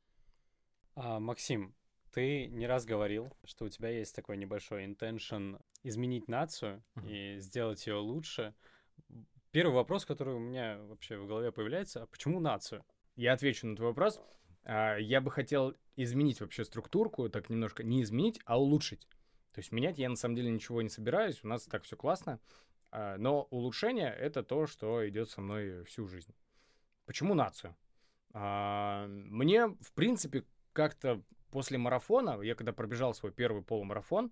Speaker 1: Максим, ты не раз говорил, что у тебя есть такой небольшой интеншн изменить нацию и сделать ее лучше. Первый вопрос, который у меня вообще в голове появляется, а почему нацию?
Speaker 2: Я отвечу на твой вопрос. Я бы хотел изменить вообще структурку, так немножко не изменить, а улучшить. То есть менять я на самом деле ничего не собираюсь, у нас так все классно, но улучшение — это то, что идет со мной всю жизнь. Почему нацию? Мне, в принципе, как-то после марафона, я когда пробежал свой первый полумарафон,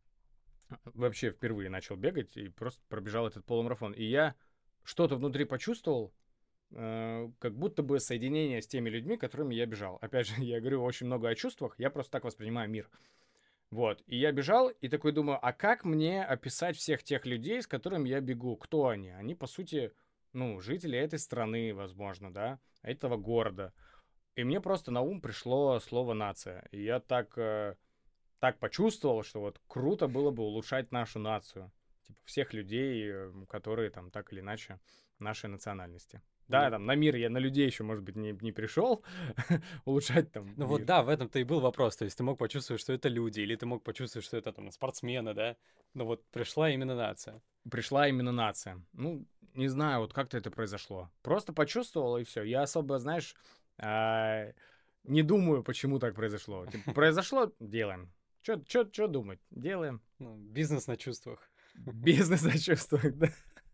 Speaker 2: вообще впервые начал бегать и просто пробежал этот полумарафон, и я что-то внутри почувствовал, как будто бы соединение с теми людьми, которыми я бежал. Опять же, я говорю очень много о чувствах, я просто так воспринимаю мир. Вот, и я бежал, и такой думаю, а как мне описать всех тех людей, с которыми я бегу? Кто они? Они, по сути, жители этой страны, возможно, да, этого города. И мне просто на ум пришло слово «нация». И я так почувствовал, что вот круто было бы улучшать нашу нацию. Типа всех людей, которые там так или иначе нашей национальности. Да, там на мир я на людей еще, может быть, не пришел улучшать там.
Speaker 1: Ну вот да, в этом-то и был вопрос. То есть ты мог почувствовать, что это люди, или ты мог почувствовать, что это там спортсмены, да? Но вот пришла именно нация.
Speaker 2: Пришла именно нация. Ну, не знаю, вот как-то это произошло. Просто почувствовал, и все. Я особо, знаешь, не думаю, почему так произошло. Типа, произошло — делаем. Чё думать? Делаем.
Speaker 1: Бизнес на чувствах.
Speaker 2: Бизнес на чувствах, да.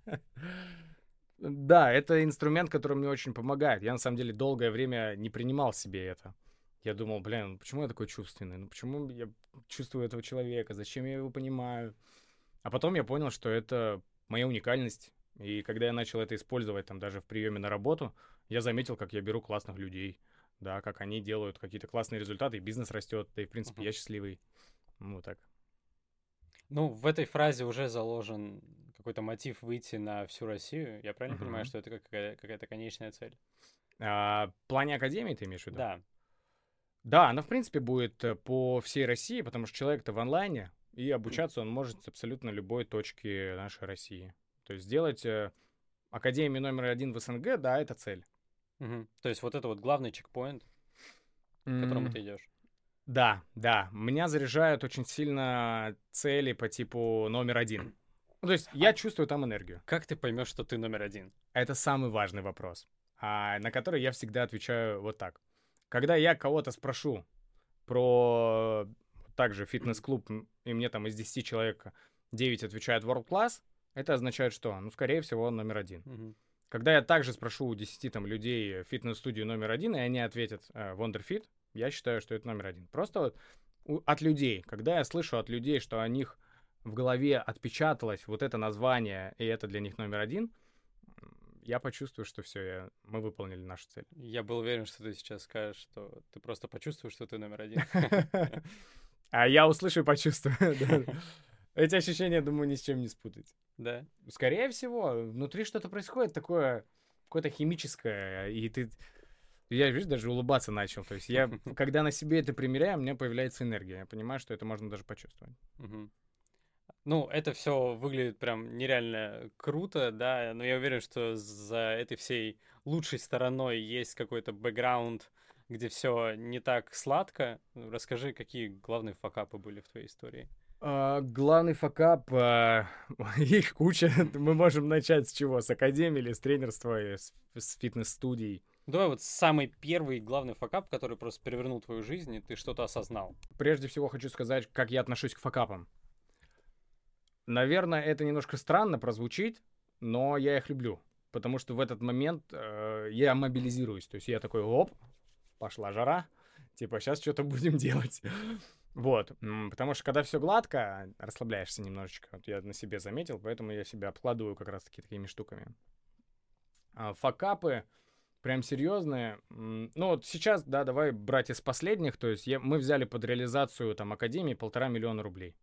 Speaker 2: Да, это инструмент, который мне очень помогает. Я, на самом деле, долгое время не принимал себе это. Я думал, почему я такой чувственный? Почему я чувствую этого человека? Зачем я его понимаю? А потом я понял, что это моя уникальность. И когда я начал это использовать там даже в приеме на работу, я заметил, как я беру классных людей, да, как они делают какие-то классные результаты, и бизнес растет, да и, в принципе, я счастливый. Вот так.
Speaker 1: Ну, в этой фразе уже заложен какой-то мотив выйти на всю Россию. Я правильно понимаю, что это какая-то конечная цель?
Speaker 2: В плане академии ты имеешь в виду?
Speaker 1: Да.
Speaker 2: Да, она, в принципе, будет по всей России, потому что человек-то в онлайне, и обучаться он может с абсолютно любой точки нашей России. То есть сделать академию номер 1 в СНГ, да, это цель.
Speaker 1: То есть вот это вот главный чекпоинт, к которому ты идешь.
Speaker 2: Да. Меня заряжают очень сильно цели по типу номер 1. То есть я чувствую там энергию.
Speaker 1: Как ты поймешь, что ты номер 1?
Speaker 2: Это самый важный вопрос, на который я всегда отвечаю вот так. Когда я кого-то спрошу про также фитнес-клуб, и мне там из 10 человек 9 отвечают World Class, это означает что? Скорее всего, он номер 1. Когда я также спрошу у 10 там людей фитнес-студию номер 1, и они ответят Wonderfit, я считаю, что это номер 1. Просто вот от людей. Когда я слышу от людей, что о них в голове отпечаталось вот это название, и это для них номер 1, я почувствую, что все, мы выполнили нашу цель.
Speaker 1: Я был уверен, что ты сейчас скажешь, что ты просто почувствуешь, что ты номер один.
Speaker 2: А я услышу и почувствую. Да. Эти ощущения, думаю, ни с чем не спутать.
Speaker 1: Да.
Speaker 2: Скорее всего, внутри что-то происходит такое, какое-то химическое, и ты... Я, видишь, даже улыбаться начал. То есть я, когда на себе это примеряю, у меня появляется энергия. Я понимаю, что это можно даже почувствовать.
Speaker 1: Мгм. Ну, это все выглядит прям нереально круто, да, но я уверен, что за этой всей лучшей стороной есть какой-то бэкграунд, где все не так сладко. Ну, расскажи, какие главные факапы были в твоей истории.
Speaker 2: Главный факап, их куча. Мы можем начать с чего? С академии или с тренерства, и с фитнес-студий.
Speaker 1: Давай вот самый первый главный факап, который просто перевернул твою жизнь, и ты что-то осознал.
Speaker 2: Прежде всего хочу сказать, как я отношусь к факапам. Наверное, это немножко странно прозвучит, но я их люблю. Потому что в этот момент я мобилизируюсь. То есть я такой, оп, пошла жара. Типа, сейчас что-то будем делать. Вот. Потому что когда все гладко, расслабляешься немножечко. Вот я на себе заметил, поэтому я себя обкладываю как раз-таки такими штуками. Факапы прям серьезные. Ну вот сейчас, да, давай брать из последних. То есть мы взяли под реализацию там академии 1,5 миллиона рублей.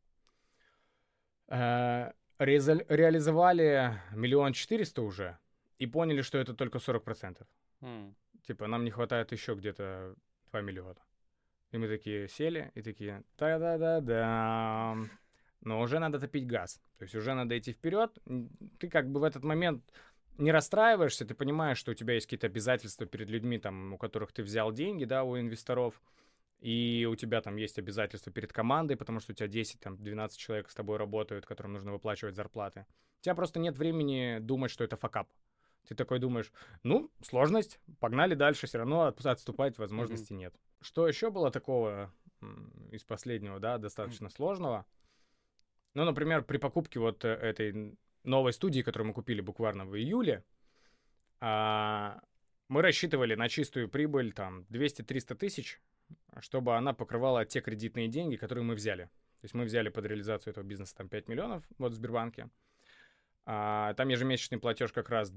Speaker 2: Реализовали 1 400 000 уже и поняли, что это только 40%. Типа, нам не хватает еще где-то 2 миллиона. И мы такие сели и такие, да-да-да-да. Но уже надо топить газ. То есть уже надо идти вперед. Ты как бы в этот момент не расстраиваешься, ты понимаешь, что у тебя есть какие-то обязательства перед людьми, там, у которых ты взял деньги, да, у инвесторов. И у тебя там есть обязательства перед командой, потому что у тебя 10-12 человек с тобой работают, которым нужно выплачивать зарплаты. У тебя просто нет времени думать, что это факап. Ты такой думаешь, ну, сложность, погнали дальше, все равно отступать возможности нет. Что еще было такого из последнего, да, достаточно сложного? Ну, например, при покупке вот этой новой студии, которую мы купили буквально в июле, мы рассчитывали на чистую прибыль там 200-300 тысяч, чтобы она покрывала те кредитные деньги, которые мы взяли. То есть мы взяли под реализацию этого бизнеса там 5 миллионов вот в Сбербанке. Там ежемесячный платеж как раз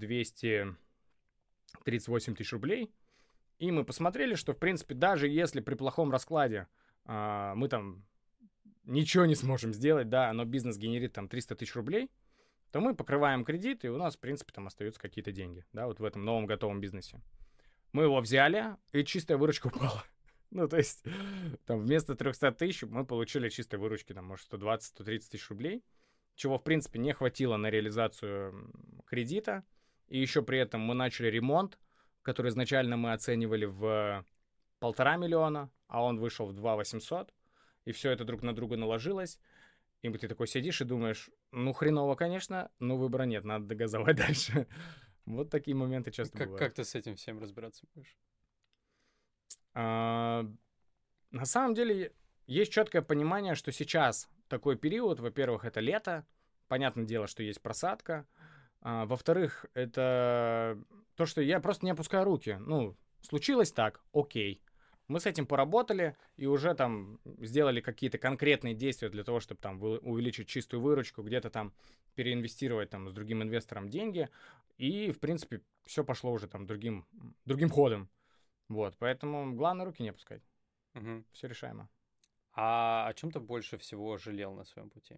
Speaker 2: 238 тысяч рублей. И мы посмотрели, что, в принципе, даже если при плохом раскладе мы там ничего не сможем сделать, да, но бизнес генерит там 300 тысяч рублей, то мы покрываем кредит, и у нас, в принципе, там остаются какие-то деньги, да, вот в этом новом готовом бизнесе. Мы его взяли, и чистая выручка упала. Ну, то есть, там, вместо 300 тысяч мы получили чистой выручки, там, может, 120-130 тысяч рублей, чего, в принципе, не хватило на реализацию кредита. И еще при этом мы начали ремонт, который изначально мы оценивали в 1,5 миллиона, а он вышел в 2 800. И все это друг на друга наложилось. И ты такой сидишь и думаешь, ну, хреново, конечно, но выбора нет, надо догазовать дальше. Вот такие моменты часто бывают.
Speaker 1: Как ты с этим всем разбираться будешь?
Speaker 2: На самом деле, есть четкое понимание, что сейчас такой период, во-первых, это лето, понятное дело, что есть просадка, во-вторых, это то, что я просто не опускаю руки. Ну, случилось так, окей. Мы с этим поработали и уже там сделали какие-то конкретные действия для того, чтобы там увеличить чистую выручку, где-то там переинвестировать там с другим инвестором деньги. И, в принципе, все пошло уже там другим ходом. Вот, поэтому главное руки не опускать. Все решаемо.
Speaker 1: А о чем ты больше всего жалел на своем пути?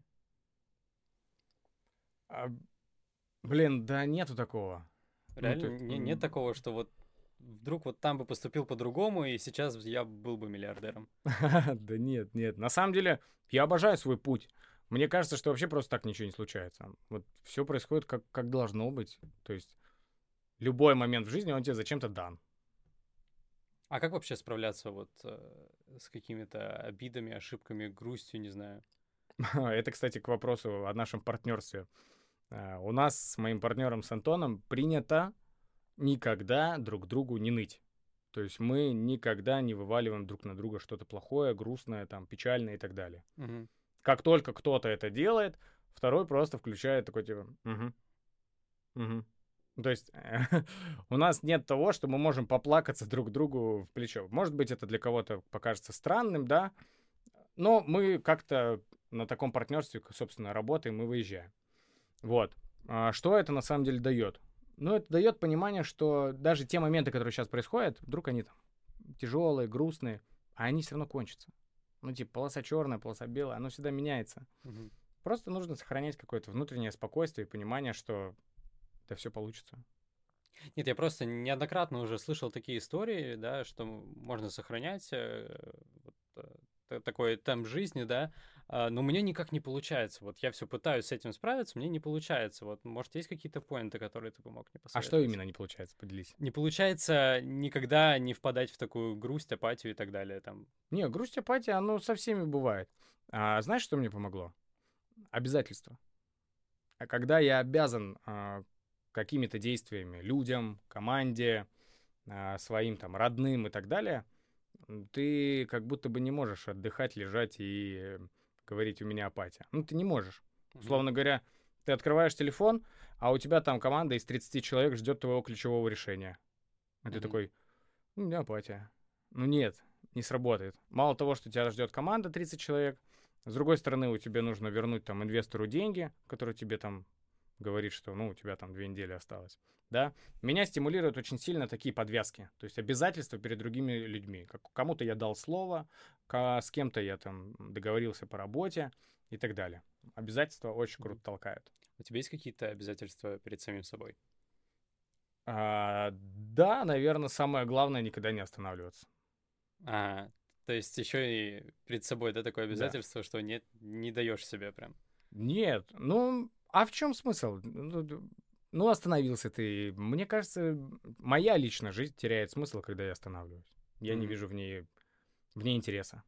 Speaker 2: Блин, да нету такого.
Speaker 1: Реально? Нет такого, что вот вдруг вот там бы поступил по-другому, и сейчас я был бы миллиардером?
Speaker 2: Да нет. На самом деле, я обожаю свой путь. Мне кажется, что вообще просто так ничего не случается. Вот все происходит как должно быть. То есть любой момент в жизни, он тебе зачем-то дан.
Speaker 1: А как вообще справляться вот с какими-то обидами, ошибками, грустью, не знаю?
Speaker 2: Это, кстати, к вопросу о нашем партнерстве. У нас с моим партнером, с Антоном, принято никогда друг другу не ныть. То есть мы никогда не вываливаем друг на друга что-то плохое, грустное, там, печальное и так далее. Как только кто-то это делает, второй просто включает такой типа То есть у нас нет того, что мы можем поплакаться друг другу в плечо. Может быть, это для кого-то покажется странным, да, но мы как-то на таком партнерстве, собственно, работаем и выезжаем. Вот. Что это на самом деле дает? Но это дает понимание, что даже те моменты, которые сейчас происходят, вдруг они там тяжелые, грустные, а они все равно кончатся. Ну, типа, полоса черная, полоса белая, оно всегда меняется.
Speaker 1: Мгм.
Speaker 2: Просто нужно сохранять какое-то внутреннее спокойствие и понимание, что это все получится.
Speaker 1: Нет, я просто неоднократно уже слышал такие истории, да, что можно сохранять вот, такой темп жизни, да, но мне никак не получается. Вот я все пытаюсь с этим справиться, мне не получается. Вот, может, есть какие-то поинты, которые ты бы мог мне
Speaker 2: А что
Speaker 1: посоветовать?
Speaker 2: именно не получается? Поделись.
Speaker 1: Не получается никогда не впадать в такую грусть, апатию и так далее. Там.
Speaker 2: Не, грусть, апатия, оно со всеми бывает. А знаешь, что мне помогло? Обязательства. А когда я обязан какими-то действиями людям, команде, своим там родным и так далее, ты как будто бы не можешь отдыхать, лежать и говорить, у меня апатия. Ну, ты не можешь.
Speaker 1: Мгм.
Speaker 2: Условно говоря, ты открываешь телефон, а у тебя там команда из 30 человек ждет твоего ключевого решения. И ты
Speaker 1: Мгм.
Speaker 2: такой, у меня апатия. Ну нет, не сработает. Мало того, что тебя ждет команда 30 человек, с другой стороны, у тебя нужно вернуть там инвестору деньги, которые тебе там говорит, что ну у тебя там 2 недели осталось. Да? Меня стимулируют очень сильно такие подвязки, то есть обязательства перед другими людьми. Как, кому-то я дал слово, с кем-то я там договорился по работе и так далее. Обязательства очень
Speaker 1: Мгм.
Speaker 2: круто толкают.
Speaker 1: У тебя есть какие-то обязательства перед самим собой?
Speaker 2: Да, наверное, самое главное никогда не останавливаться.
Speaker 1: А, то есть еще и перед собой, да, такое
Speaker 2: Да.
Speaker 1: обязательство, что нет, не даешь себе прям.
Speaker 2: Нет, ну, а в чем смысл? Ну, остановился ты. Мне кажется, моя личная жизнь теряет смысл, когда я останавливаюсь. Я не
Speaker 1: Мгм.
Speaker 2: вижу в ней интереса.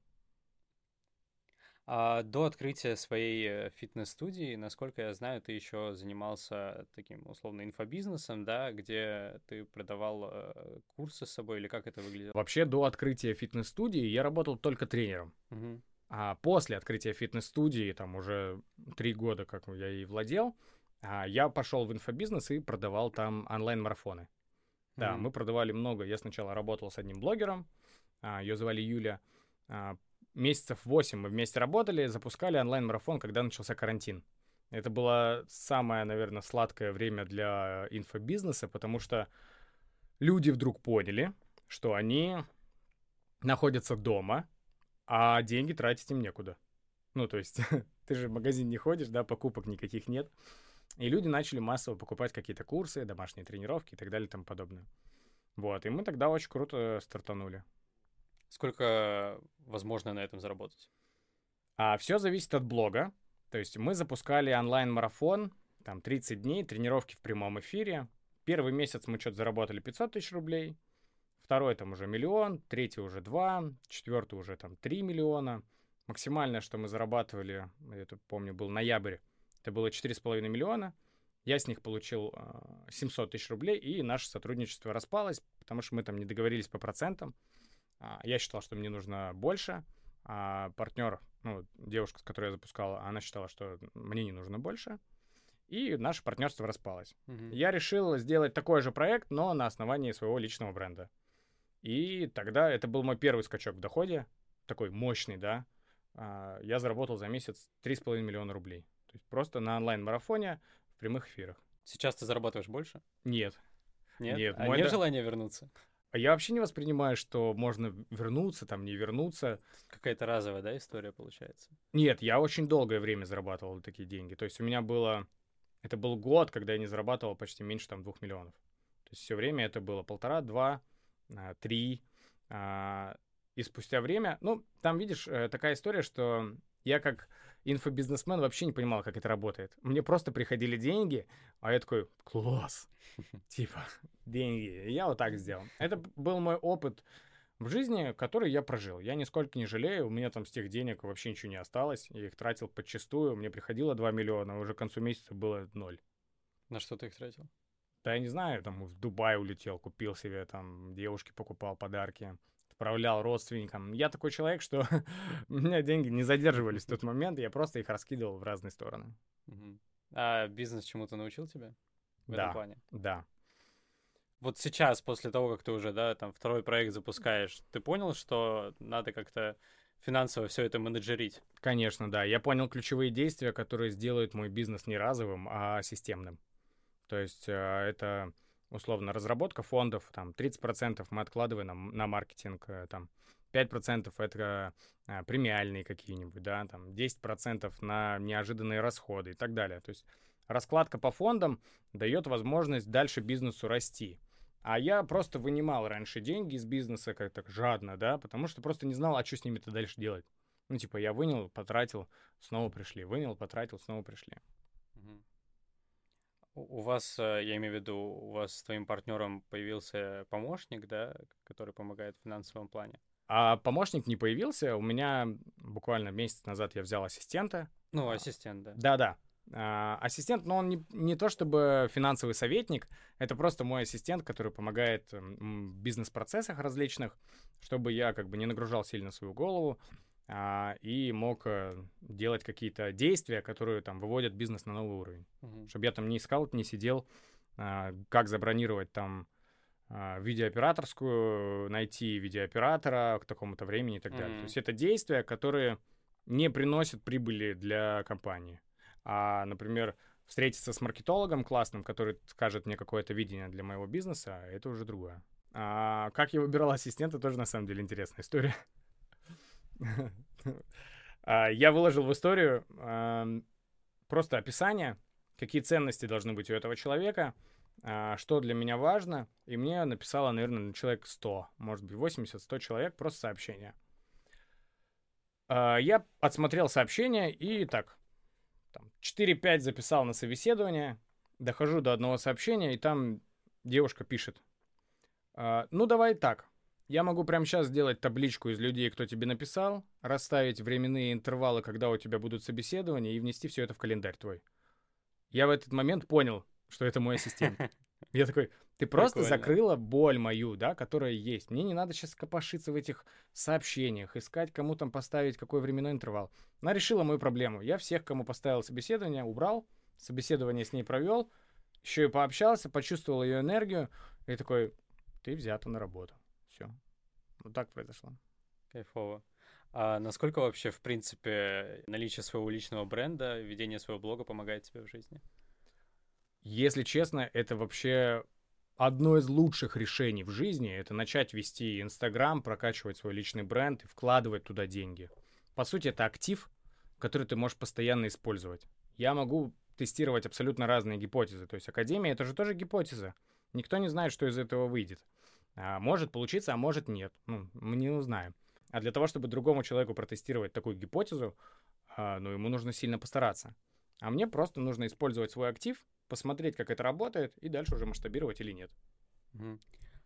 Speaker 1: А до открытия своей фитнес-студии, насколько я знаю, ты еще занимался таким условно инфобизнесом, да, где ты продавал курсы с собой, или как это выглядело?
Speaker 2: Вообще, до открытия фитнес-студии я работал только тренером.
Speaker 1: Мгм.
Speaker 2: А после открытия фитнес-студии, там уже 3 года, как я и владел, я пошел в инфобизнес и продавал там онлайн-марафоны. Да,
Speaker 1: Мгм.
Speaker 2: мы продавали много. Я сначала работал с одним блогером, ее звали Юля. А, Месяцев 8 мы вместе работали, запускали онлайн-марафон, когда начался карантин. Это было самое, наверное, сладкое время для инфобизнеса, потому что люди вдруг поняли, что они находятся дома, а деньги тратить им некуда. Ну, то есть, ты же в магазин не ходишь, да, покупок никаких нет. И люди начали массово покупать какие-то курсы, домашние тренировки и так далее и тому подобное. Вот, и мы тогда очень круто стартанули.
Speaker 1: Сколько возможно на этом заработать?
Speaker 2: А все зависит от блога. То есть мы запускали онлайн-марафон, там 30 дней, тренировки в прямом эфире. Первый месяц мы что-то заработали 500 тысяч рублей, второй там уже миллион, третий уже 2, четвертый уже там 3 миллиона. Максимальное, что мы зарабатывали, я это помню, был ноябрь, это было 4,5 миллиона. Я с них получил 700 тысяч рублей, и наше сотрудничество распалось, потому что мы там не договорились по процентам. Я считал, что мне нужно больше, а партнер, ну, девушка, с которой я запускал, она считала, что мне не нужно больше. И наше партнерство распалось.
Speaker 1: Мгм.
Speaker 2: Я решил сделать такой же проект, но на основании своего личного бренда. И тогда это был мой первый скачок в доходе, такой мощный, да. Я заработал за месяц 3,5 миллиона рублей. То есть просто на онлайн-марафоне в прямых эфирах.
Speaker 1: Сейчас ты зарабатываешь больше?
Speaker 2: Нет,
Speaker 1: Нет?
Speaker 2: нет,
Speaker 1: А
Speaker 2: мой
Speaker 1: нет
Speaker 2: да.
Speaker 1: желания вернуться?
Speaker 2: А я вообще не воспринимаю, что можно вернуться, там, не вернуться.
Speaker 1: Какая-то разовая, да, история получается?
Speaker 2: Нет, я очень долгое время зарабатывал такие деньги. То есть у меня было... Это был год, когда я не зарабатывал почти меньше там 2 миллионов. То есть все время это было 1,5, 2, 3. И спустя время... Ну, там, видишь, такая история, что я как инфобизнесмен вообще не понимал, как это работает. Мне просто приходили деньги, а я такой, класс, типа, деньги. И я вот так сделал. Это был мой опыт в жизни, который я прожил. Я нисколько не жалею, у меня там с тех денег вообще ничего не осталось. Я их тратил подчистую, мне приходило 2 миллиона, а уже к концу месяца было 0.
Speaker 1: На что ты их тратил?
Speaker 2: Да я не знаю, там в Дубай улетел, купил себе там, девушке покупал подарки, отправлял родственникам. Я такой человек, что у меня деньги не задерживались в тот момент, я просто их раскидывал в разные стороны.
Speaker 1: Мгм. А бизнес чему-то научил тебя в этом
Speaker 2: Да,
Speaker 1: плане?
Speaker 2: да.
Speaker 1: Вот сейчас, после того, как ты уже, да, там второй проект запускаешь, ты понял, что надо как-то финансово все это менеджерить?
Speaker 2: Конечно, да. Я понял ключевые действия, которые сделают мой бизнес не разовым, а системным. То есть это условно разработка фондов, там 30% мы откладываем на маркетинг, там 5% это премиальные какие-нибудь, да, там 10% на неожиданные расходы и так далее. То есть раскладка по фондам дает возможность дальше бизнесу расти. А я просто вынимал раньше деньги из бизнеса как-то жадно, да, потому что просто не знал, а что с ними-то дальше делать. Ну, типа, я вынял, потратил, снова пришли, вынял, потратил, снова пришли.
Speaker 1: Мгм. У вас, я имею в виду, у вас с твоим партнером появился помощник, да, который помогает в финансовом плане?
Speaker 2: А помощник не появился. У меня буквально месяц назад я взял ассистента.
Speaker 1: Ну,
Speaker 2: А,
Speaker 1: ассистент, да.
Speaker 2: Да-да. Ассистент, но он не то чтобы финансовый советник, это просто мой ассистент, который помогает в бизнес-процессах различных, чтобы я как бы не нагружал сильно свою голову и мог делать какие-то действия, которые там выводят бизнес на новый уровень.
Speaker 1: Мгм.
Speaker 2: Чтобы я там не искал, не сидел, как забронировать там видеооператорскую, найти видеооператора к такому-то времени и так далее. То
Speaker 1: Мгм.
Speaker 2: есть это действия, которые не приносят прибыли для компании. Например, встретиться с маркетологом классным, который скажет мне какое-то видение для моего бизнеса, это уже другое. Как я выбирал ассистента, тоже на самом деле интересная история. Я выложил в историю просто описание, какие ценности должны быть у этого человека, что для меня важно, и мне написало, наверное, человек 100, может быть, 80-100 человек, просто сообщение. Я отсмотрел сообщение и так, там, 4-5 записал на собеседование, дохожу до одного сообщения, и там девушка пишет: ну, давай так, я могу прямо сейчас сделать табличку из людей, кто тебе написал, расставить временные интервалы, когда у тебя будут собеседования, и внести все это в календарь твой. Я в этот момент понял, что это мой ассистент. Я такой: ты просто
Speaker 1: Прикольно.
Speaker 2: закрыла боль мою, да, которая есть. Мне не надо сейчас копошиться в этих сообщениях, искать, кому там поставить какой временной интервал. Она решила мою проблему. Я всех, кому поставил собеседование, убрал, собеседование с ней провел, еще и пообщался, почувствовал ее энергию, и такой: ты взята на работу. Все. Вот так произошло.
Speaker 1: Кайфово. А насколько вообще, в принципе, наличие своего личного бренда, ведение своего блога помогает тебе в жизни?
Speaker 2: Если честно, это вообще одно из лучших решений в жизни. Это начать вести Инстаграм, прокачивать свой личный бренд и вкладывать туда деньги. По сути, это актив, который ты можешь постоянно использовать. Я могу тестировать абсолютно разные гипотезы. То есть Академия — это же тоже гипотеза. Никто не знает, что из этого выйдет. Может получиться, а может нет. Ну, мы не узнаем. А для того, чтобы другому человеку протестировать такую гипотезу, ну, ему нужно сильно постараться. А мне просто нужно использовать свой актив, посмотреть, как это работает, и дальше уже масштабировать или нет.
Speaker 1: Мгм.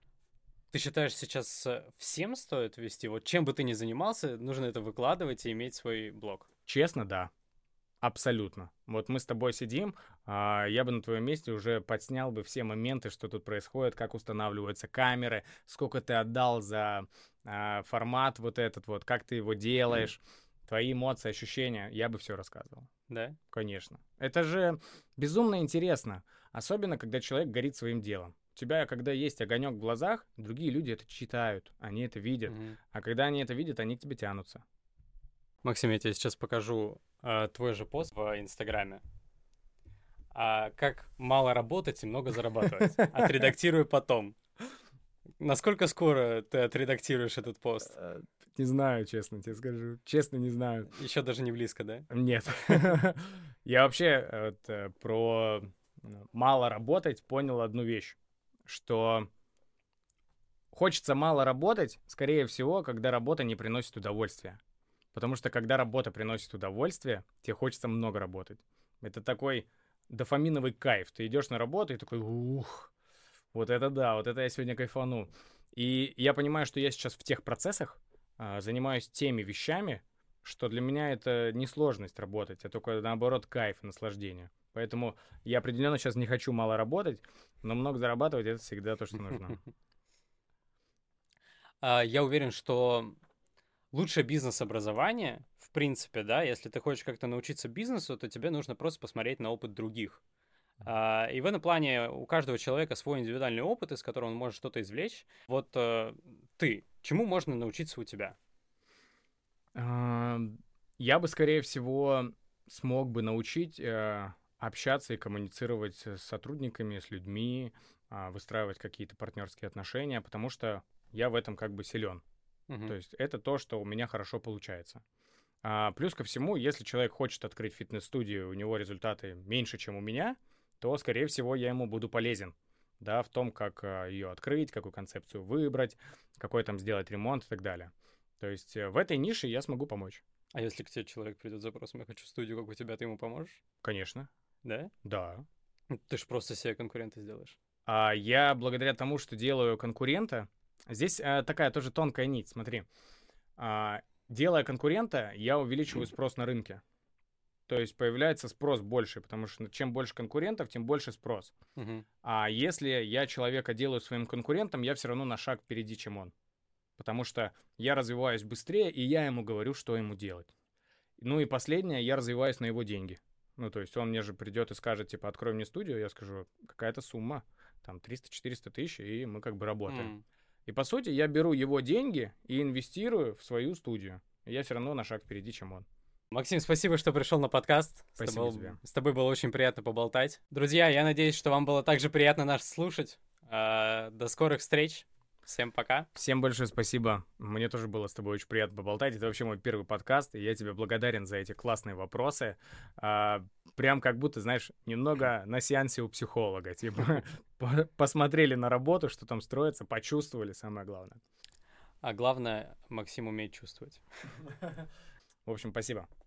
Speaker 1: Ты считаешь, сейчас всем стоит вести? Вот чем бы ты ни занимался, нужно это выкладывать и иметь свой блог.
Speaker 2: Честно, да. Абсолютно. Вот мы с тобой сидим, я бы на твоем месте уже подснял бы все моменты, что тут происходит, как устанавливаются камеры, сколько ты отдал за формат вот этот вот, как ты его делаешь, твои эмоции, ощущения, я бы все рассказывал.
Speaker 1: Да?
Speaker 2: Конечно. Это же безумно интересно, особенно когда человек горит своим делом. У тебя, когда есть огонек в глазах, другие люди это читают, они это видят,
Speaker 1: Мгм.
Speaker 2: а когда они это видят, они к тебе тянутся.
Speaker 1: Максим, я тебе сейчас покажу твой же пост в Инстаграме. Как мало работать и много зарабатывать. Отредактирую потом. Насколько скоро ты отредактируешь этот пост?
Speaker 2: Не знаю, честно тебе скажу. Честно, не знаю.
Speaker 1: Еще даже не близко, да?
Speaker 2: Нет. Я вообще про мало работать понял одну вещь, что хочется мало работать, скорее всего, когда работа не приносит удовольствия. Потому что когда работа приносит удовольствие, тебе хочется много работать. Это такой дофаминовый кайф. Ты идешь на работу и такой: ух, вот это да, вот это я сегодня кайфану. И я понимаю, что я сейчас в тех процессах занимаюсь теми вещами, что для меня это не сложность работать, а только наоборот кайф и наслаждение. Поэтому я определенно сейчас не хочу мало работать, но много зарабатывать — это всегда то, что нужно.
Speaker 1: Я уверен, что лучшее бизнес-образование, в принципе, да, если ты хочешь как-то научиться бизнесу, то тебе нужно просто посмотреть на опыт других. И в этом плане у каждого человека свой индивидуальный опыт, из которого он может что-то извлечь. Вот ты, чему можно научиться у тебя?
Speaker 2: Я бы, скорее всего, смог бы научить общаться и коммуницировать с сотрудниками, с людьми, выстраивать какие-то партнерские отношения, потому что я в этом как бы силен. То есть это то, что у меня хорошо получается. Плюс ко всему, если человек хочет открыть фитнес-студию, у него результаты меньше, чем у меня, то, скорее всего, я ему буду полезен, да, в том, как ее открыть, какую концепцию выбрать, какой там сделать ремонт и так далее. То есть в этой нише я смогу помочь.
Speaker 1: А если к тебе человек придет с запросом, я хочу студию, как у тебя, ты ему поможешь?
Speaker 2: Конечно.
Speaker 1: Да?
Speaker 2: Да.
Speaker 1: Ты же просто себе конкурента сделаешь.
Speaker 2: Я благодаря тому, что делаю конкурента, здесь такая тоже тонкая нить, смотри. Делая конкурента, я увеличиваю спрос на рынке. То есть появляется спрос больше, потому что чем больше конкурентов, тем больше спрос. А если я человека делаю своим конкурентом, я все равно на шаг впереди, чем он. Потому что я развиваюсь быстрее, и я ему говорю, что ему делать. Ну и последнее, я развиваюсь на его деньги. Ну, то есть он мне же придет и скажет, типа, открой мне студию, я скажу, какая-то сумма, там 300-400 тысяч, и мы как бы работаем. И по сути я беру его деньги и инвестирую в свою студию. И я все равно на шаг впереди, чем он.
Speaker 1: Максим, спасибо, что пришел на подкаст.
Speaker 2: Спасибо тебе.
Speaker 1: С тобой было очень приятно поболтать. Друзья, я надеюсь, что вам было также приятно нас слушать. До скорых встреч. Всем пока.
Speaker 2: Всем большое спасибо. Мне тоже было с тобой очень приятно поболтать. Это вообще мой первый подкаст, и я тебе благодарен за эти классные вопросы. Прям как будто, знаешь, немного на сеансе у психолога. Типа посмотрели на работу, что там строится, почувствовали, самое главное.
Speaker 1: А главное, Максим умеет чувствовать.
Speaker 2: В общем, спасибо.